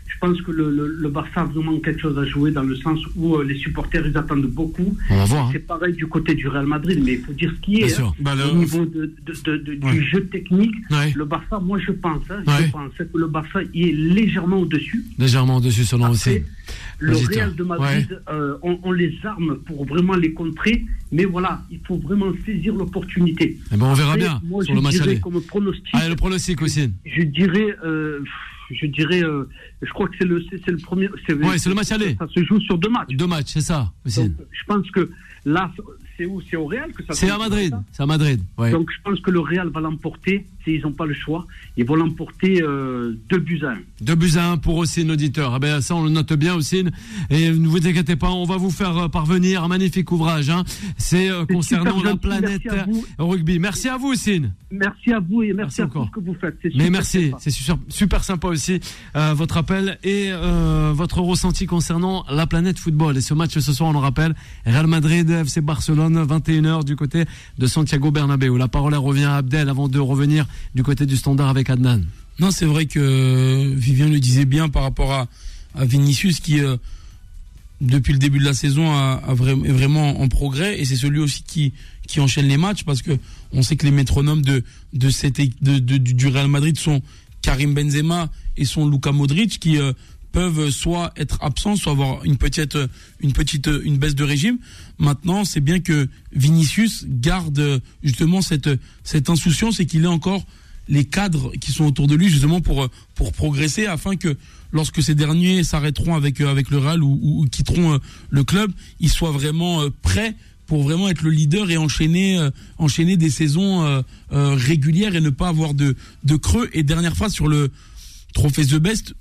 je pense que le, le, le Barça a vraiment quelque chose à jouer dans le sens où euh, les supporters ils attendent beaucoup. On va voir. C'est pareil du côté du Real Madrid, mais il faut dire ce qui est. Hein, bah, le... Au niveau de, de, de, de, ouais. du jeu technique, ouais. le Barça, moi je pense, hein, ouais. je pense que le Barça il est légèrement au-dessus. Légèrement au-dessus, selon aussi. Le Real de Madrid, ouais. euh, on, on les arme pour vraiment les contrer, mais voilà, il faut vraiment saisir l'opportunité. Eh ben, on verra Après, bien moi, sur le match aller. Comme pronostic, ah, le pronostic aussi. Je dirais, euh, je dirais, euh, je crois que c'est le, c'est, c'est le premier. C'est, ouais, c'est le match aller. Ça se joue sur deux matchs. Deux matchs, c'est ça. Aussi. Donc, je pense que là, c'est où? C'est au Real que ça se C'est à Madrid. C'est à Madrid. Ouais. Donc je pense que le Real va l'emporter. S'ils n'ont pas le choix, ils vont l'emporter euh, deux buts à un. Deux buts à un pour Ossine, auditeur. Ah ben ça, on le note bien, Ossine. Et ne vous inquiétez pas, on va vous faire parvenir un magnifique ouvrage. Hein. C'est, euh, c'est concernant la planète rugby. Merci à vous, Ossine. Merci à vous et merci, merci à tout ce que vous faites. C'est Mais merci, sympa. C'est super, super sympa aussi euh, votre appel et euh, votre ressenti concernant la planète football. Et ce match ce soir, on le rappelle, Real Madrid, F C Barcelone, vingt et une heures du côté de Santiago Bernabéu. La parole revient à Abdel avant de revenir du côté du Standard avec Adnan. Non, c'est vrai que Vivien le disait bien par rapport à, à Vinicius qui, euh, depuis le début de la saison, a, a vra- est vraiment en progrès et c'est celui aussi qui, qui enchaîne les matchs parce que on sait que les métronomes de, de cette, de, de, du Real Madrid sont Karim Benzema et son Luka Modric qui euh, peuvent soit être absents, soit avoir une petite, une petite, une baisse de régime. Maintenant, c'est bien que Vinicius garde justement cette, cette insouciance et qu'il ait encore les cadres qui sont autour de lui justement pour, pour progresser afin que lorsque ces derniers s'arrêteront avec, avec le Real ou, ou, ou quitteront le club, ils soient vraiment prêts pour vraiment être le leader et enchaîner, euh, enchaîner des saisons euh, euh, régulières et ne pas avoir de, de creux. Et dernière phrase sur le trophée The Best,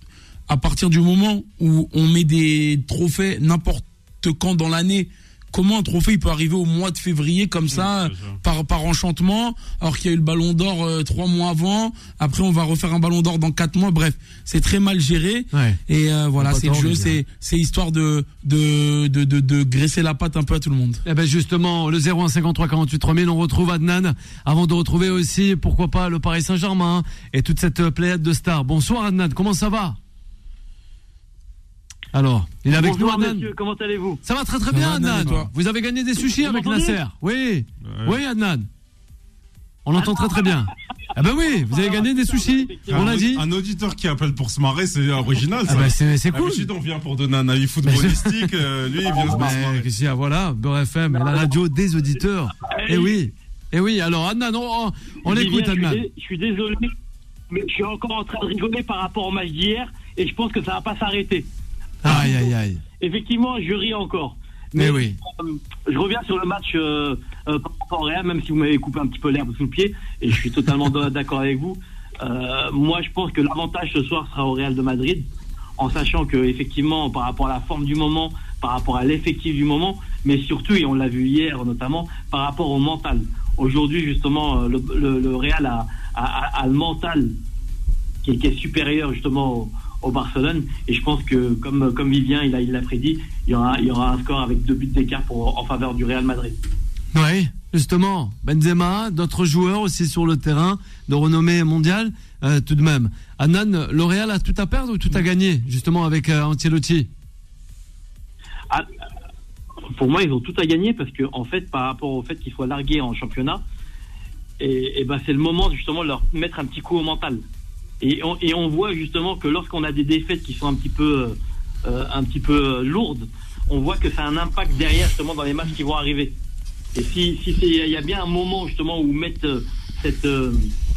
à partir du moment où on met des trophées n'importe quand dans l'année, comment un trophée il peut arriver au mois de février comme ça, oui, ça. Par, par enchantement, alors qu'il y a eu le ballon d'or euh, trois mois avant, après on va refaire un ballon d'or dans quatre mois, bref, c'est très mal géré, ouais. Et euh, voilà, c'est le jeu, c'est, c'est histoire de de, de, de, de graisser la patte un peu à tout le monde. Eh ben justement, le zéro un cinquante-trois quarante-huit trois mille, on retrouve Adnan, avant de retrouver aussi, pourquoi pas, le Paris Saint-Germain, et toute cette pléiade de stars. Bonsoir Adnan, comment ça va? Alors, il est avec Bonjour, nous, Adnan. Monsieur, comment allez-vous? Ça va très très ça bien, va, Adnan. Toi. Vous avez gagné des sushis avec Nasser? Oui. Ouais. Oui, Adnan. On l'entend très très bien. Ah ben oui, vous avez gagné des sushis. On l'a dit. Un auditeur qui appelle pour se marrer, c'est original. Ça. Ah ben c'est, c'est cool. D'habitude, on vient pour donner un avis footballistique. euh, lui, il vient se marrer. Qu'est-ce qu'il y a? Voilà, Beurre F M, la radio des auditeurs. Eh oui. Eh oui. Alors, Adnan, on, on l'écoute, Adnan. Je suis désolé, mais je suis encore en train de rigoler par rapport au match d'hier, et je pense que ça va pas s'arrêter. Aïe, aïe, aïe. Effectivement, je ris encore. Mais, Mais oui. Euh, je reviens sur le match euh, euh, par rapport au Real, même si vous m'avez coupé un petit peu l'herbe sous le pied, et je suis totalement d'accord avec vous. Euh, moi, je pense que l'avantage ce soir sera au Real de Madrid, en sachant que effectivement, par rapport à la forme du moment, par rapport à l'effectif du moment, mais surtout, et on l'a vu hier notamment, par rapport au mental. Aujourd'hui, justement, le, le, le Real a, a, a, a le mental qui est, qui est supérieur justement au au Barcelone, et je pense que comme comme Vivien il a il l'a prédit, il y aura il y aura un score avec deux buts d'écart pour en faveur du Real Madrid. Oui, justement, Benzema, d'autres joueurs aussi sur le terrain de renommée mondiale, euh, tout de même. Adnan, le Real a tout à perdre ou tout à gagner justement avec euh, Ancelotti? Ah, pour moi, ils ont tout à gagner parce que en fait, par rapport au fait qu'ils soient largués en championnat, et, et ben c'est le moment justement de leur mettre un petit coup au mental. Et on, et on voit justement que lorsqu'on a des défaites qui sont un petit peu, euh, un petit peu lourdes, on voit que ça a un impact derrière justement dans les matchs qui vont arriver. Et si si c'est il y a bien un moment justement où mettre cette euh,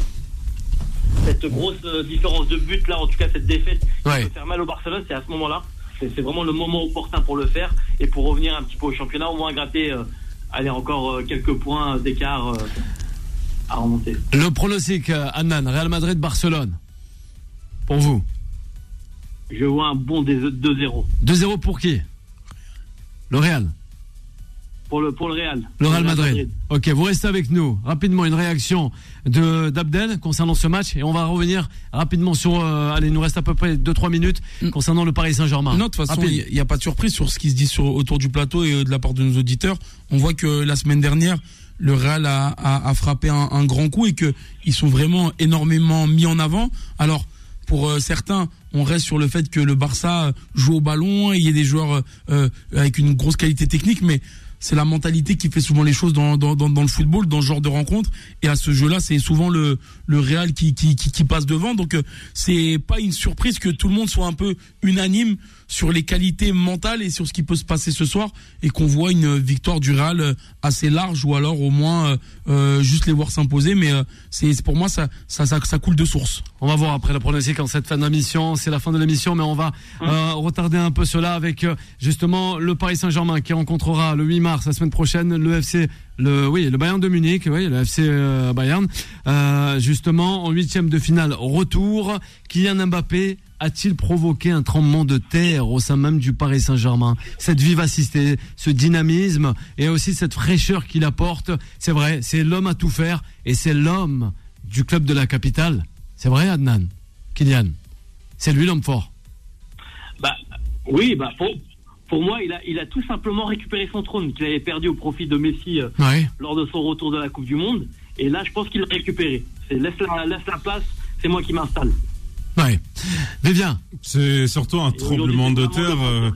cette grosse différence de but là, en tout cas cette défaite ouais. qui peut faire mal au Barcelone, c'est à ce moment-là. C'est, c'est vraiment le moment opportun pour le faire et pour revenir un petit peu au championnat, au moins gratter, euh, aller encore euh, quelques points d'écart euh, à remonter. Le pronostic, euh, Adnan, Real Madrid-Barcelone. Pour vous? Je vois un bon deux zéro. deux zéro pour qui? Le Real? Pour le, pour le Real. Le Real Madrid. Madrid. Ok, vous restez avec nous. Rapidement, une réaction de, d'Abdel concernant ce match et on va revenir rapidement sur... Euh, allez, il nous reste à peu près deux trois minutes concernant le Paris Saint-Germain. Non, de toute façon, il n'y a, a pas de surprise sur ce qui se dit sur, autour du plateau et de la part de nos auditeurs. On voit que la semaine dernière, le Real a, a, a frappé un, un grand coup et qu'ils sont vraiment énormément mis en avant. Alors... pour euh, certains, on reste sur le fait que le Barça joue au ballon, il y a des joueurs euh, avec une grosse qualité technique, mais c'est la mentalité qui fait souvent les choses dans, dans, dans, dans le football, dans ce genre de rencontre. Et à ce jeu-là, c'est souvent le, le Real qui, qui, qui, qui passe devant. Donc, euh, c'est pas une surprise que tout le monde soit un peu unanime sur les qualités mentales et sur ce qui peut se passer ce soir et qu'on voit une victoire du Real assez large ou alors au moins euh, euh, juste les voir s'imposer. Mais euh, c'est pour moi, ça, ça, ça, ça coule de source. On va voir après le pronostic en cette fin d'émission. C'est la fin de l'émission, mais on va euh, retarder un peu cela avec euh, justement le Paris Saint-Germain qui rencontrera le huit mars, la semaine prochaine, le F C, le oui, le Bayern de Munich, oui, le F C euh, Bayern, euh, justement en huitième de finale retour. Kylian Mbappé a-t-il provoqué un tremblement de terre au sein même du Paris Saint-Germain? Cette vivacité, ce dynamisme et aussi cette fraîcheur qu'il apporte, c'est vrai, c'est l'homme à tout faire et c'est l'homme du club de la capitale. C'est vrai, Adnan, Kylian, c'est lui l'homme fort. Bah oui, bah pour, pour moi, il a, il a tout simplement récupéré son trône qu'il avait perdu au profit de Messi euh, ouais. lors de son retour de la Coupe du Monde. Et là, je pense qu'il l'a récupéré. C'est laisse la, laisse la place, c'est moi qui m'installe. Ouais. Vivien. C'est surtout un tremblement de terre. Euh,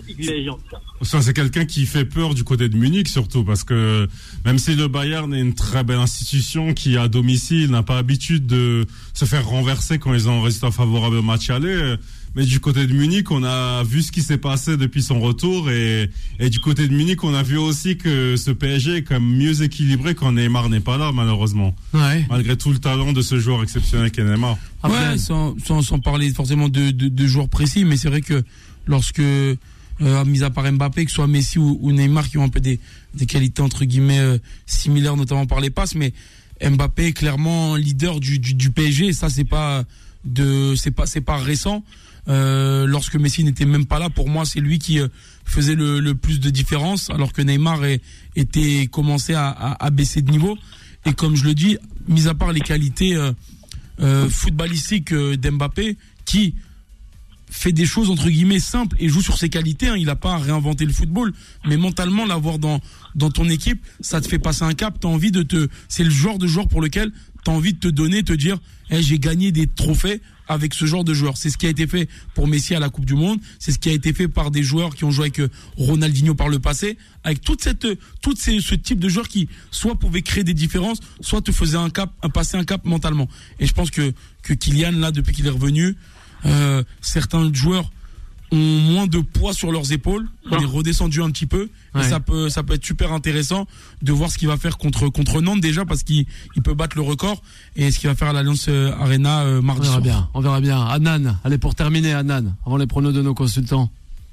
c'est, c'est quelqu'un qui fait peur du côté de Munich surtout parce que même si le Bayern est une très belle institution qui à domicile n'a pas l'habitude de se faire renverser quand ils ont un résultat favorable au match aller, mais du côté de Munich on a vu ce qui s'est passé depuis son retour et, et du côté de Munich on a vu aussi que ce P S G est quand même mieux équilibré quand Neymar n'est pas là malheureusement. Ouais. Malgré tout le talent de ce joueur exceptionnel qu'est Neymar. Ouais, sans, sans, sans parler forcément de, de, de joueurs précis, mais c'est vrai que lorsque, euh, mis à part Mbappé, que ce soit Messi ou, ou Neymar qui ont un peu des, des qualités entre guillemets euh, similaires, notamment par les passes, mais Mbappé est clairement leader du, du, du P S G, et ça c'est pas de, c'est pas, c'est pas récent. Euh, lorsque Messi n'était même pas là, pour moi c'est lui qui euh, faisait le, le plus de différence, alors que Neymar est, était commencé à, à, à baisser de niveau. Et comme je le dis, mis à part les qualités euh, Euh, footballistique euh, d'Mbappé qui fait des choses entre guillemets simples et joue sur ses qualités, hein. Il n'a pas réinventé le football, mais mentalement l'avoir dans dans ton équipe, ça te fait passer un cap. T'as envie de te, c'est le genre de joueur pour lequel t'as envie de te donner, te dire, hey, j'ai gagné des trophées avec ce genre de joueur. C'est ce qui a été fait pour Messi à la Coupe du Monde. C'est ce qui a été fait par des joueurs qui ont joué avec Ronaldinho par le passé, avec toute cette, toute ces, ce type de joueurs qui soit pouvaient créer des différences, soit te faisaient un cap, un passer un cap mentalement. Et je pense que que Kylian là, depuis qu'il est revenu, euh, certains joueurs ont moins de poids sur leurs épaules. Il est redescendu un petit peu. Ouais. Et ça peut, ça peut être super intéressant de voir ce qu'il va faire contre, contre Nantes déjà, parce qu'il il peut battre le record, et ce qu'il va faire à l'Allianz Arena euh, mardi soir. On verra bien, on verra bien. Adnan, allez, pour terminer, Adnan, avant les pronos de nos consultants.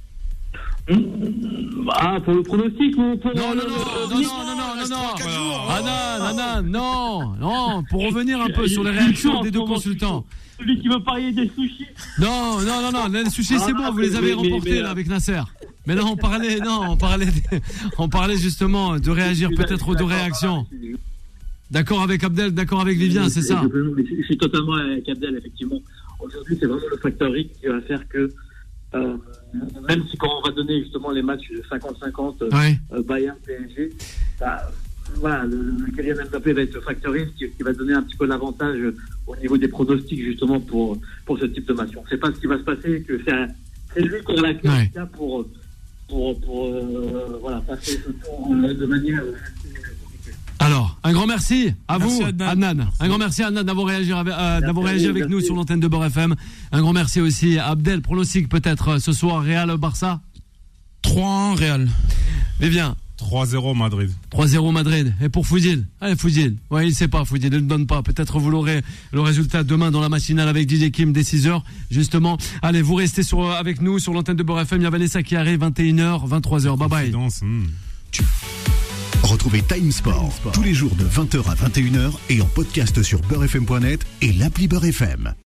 Ah, pour le pronostic ou pour... Non, non, non, non, non, non, non, non, Adnan, Adnan, non, non, pour revenir un peu sur les réactions des deux consultants. Celui qui veut parier des sushis. Non, non, non, non, les sushis, c'est bon, vous les avez remportés là avec Nasser. Mais non, on parlait, non, on parlait, on parlait justement de réagir peut-être aux deux réactions. D'accord avec Abdel, d'accord avec Vivien, c'est ça? Je suis totalement avec Abdel, effectivement. Aujourd'hui, c'est vraiment le facteur X qui va faire que, euh, même si quand on va donner justement les matchs cinquante cinquante, ouais. euh, Bayern, P S G, bah, voilà, le, le Kylian Mbappé va être le facteur X qui, qui va donner un petit peu l'avantage au niveau des pronostics justement pour, pour ce type de match. On ne sait pas ce qui va se passer, que c'est, un, c'est lui qui a la clé ouais. pour, pour, pour euh, voilà, passer ce tour de manière... Alors, un grand merci à merci vous, Adnan. Adnan. Un grand merci à Adnan d'avoir réagi avec, euh, d'avoir réagi avec nous sur l'antenne de Beurre F M. Un grand merci aussi à Abdel. Pronostic peut-être ce soir, Real-Barça trois un Real. Mais bien. trois zéro Madrid. trois zéro Madrid. Et pour Foudil? Allez, Foudil. Ouais, il sait pas, Foudil. Il ne donne pas. Peut-être vous l'aurez le résultat demain dans la matinale avec D J Kim dès six heures, justement. Allez, vous restez sur, avec nous sur l'antenne de Beurre F M. Il y a Vanessa qui arrive, vingt et une heures, vingt-trois heures. Bye bye. Hmm. Retrouvez Time Sport, Time Sport tous les jours de vingt heures à vingt et une heures et en podcast sur beurre f m point net et l'appli Beurre F M.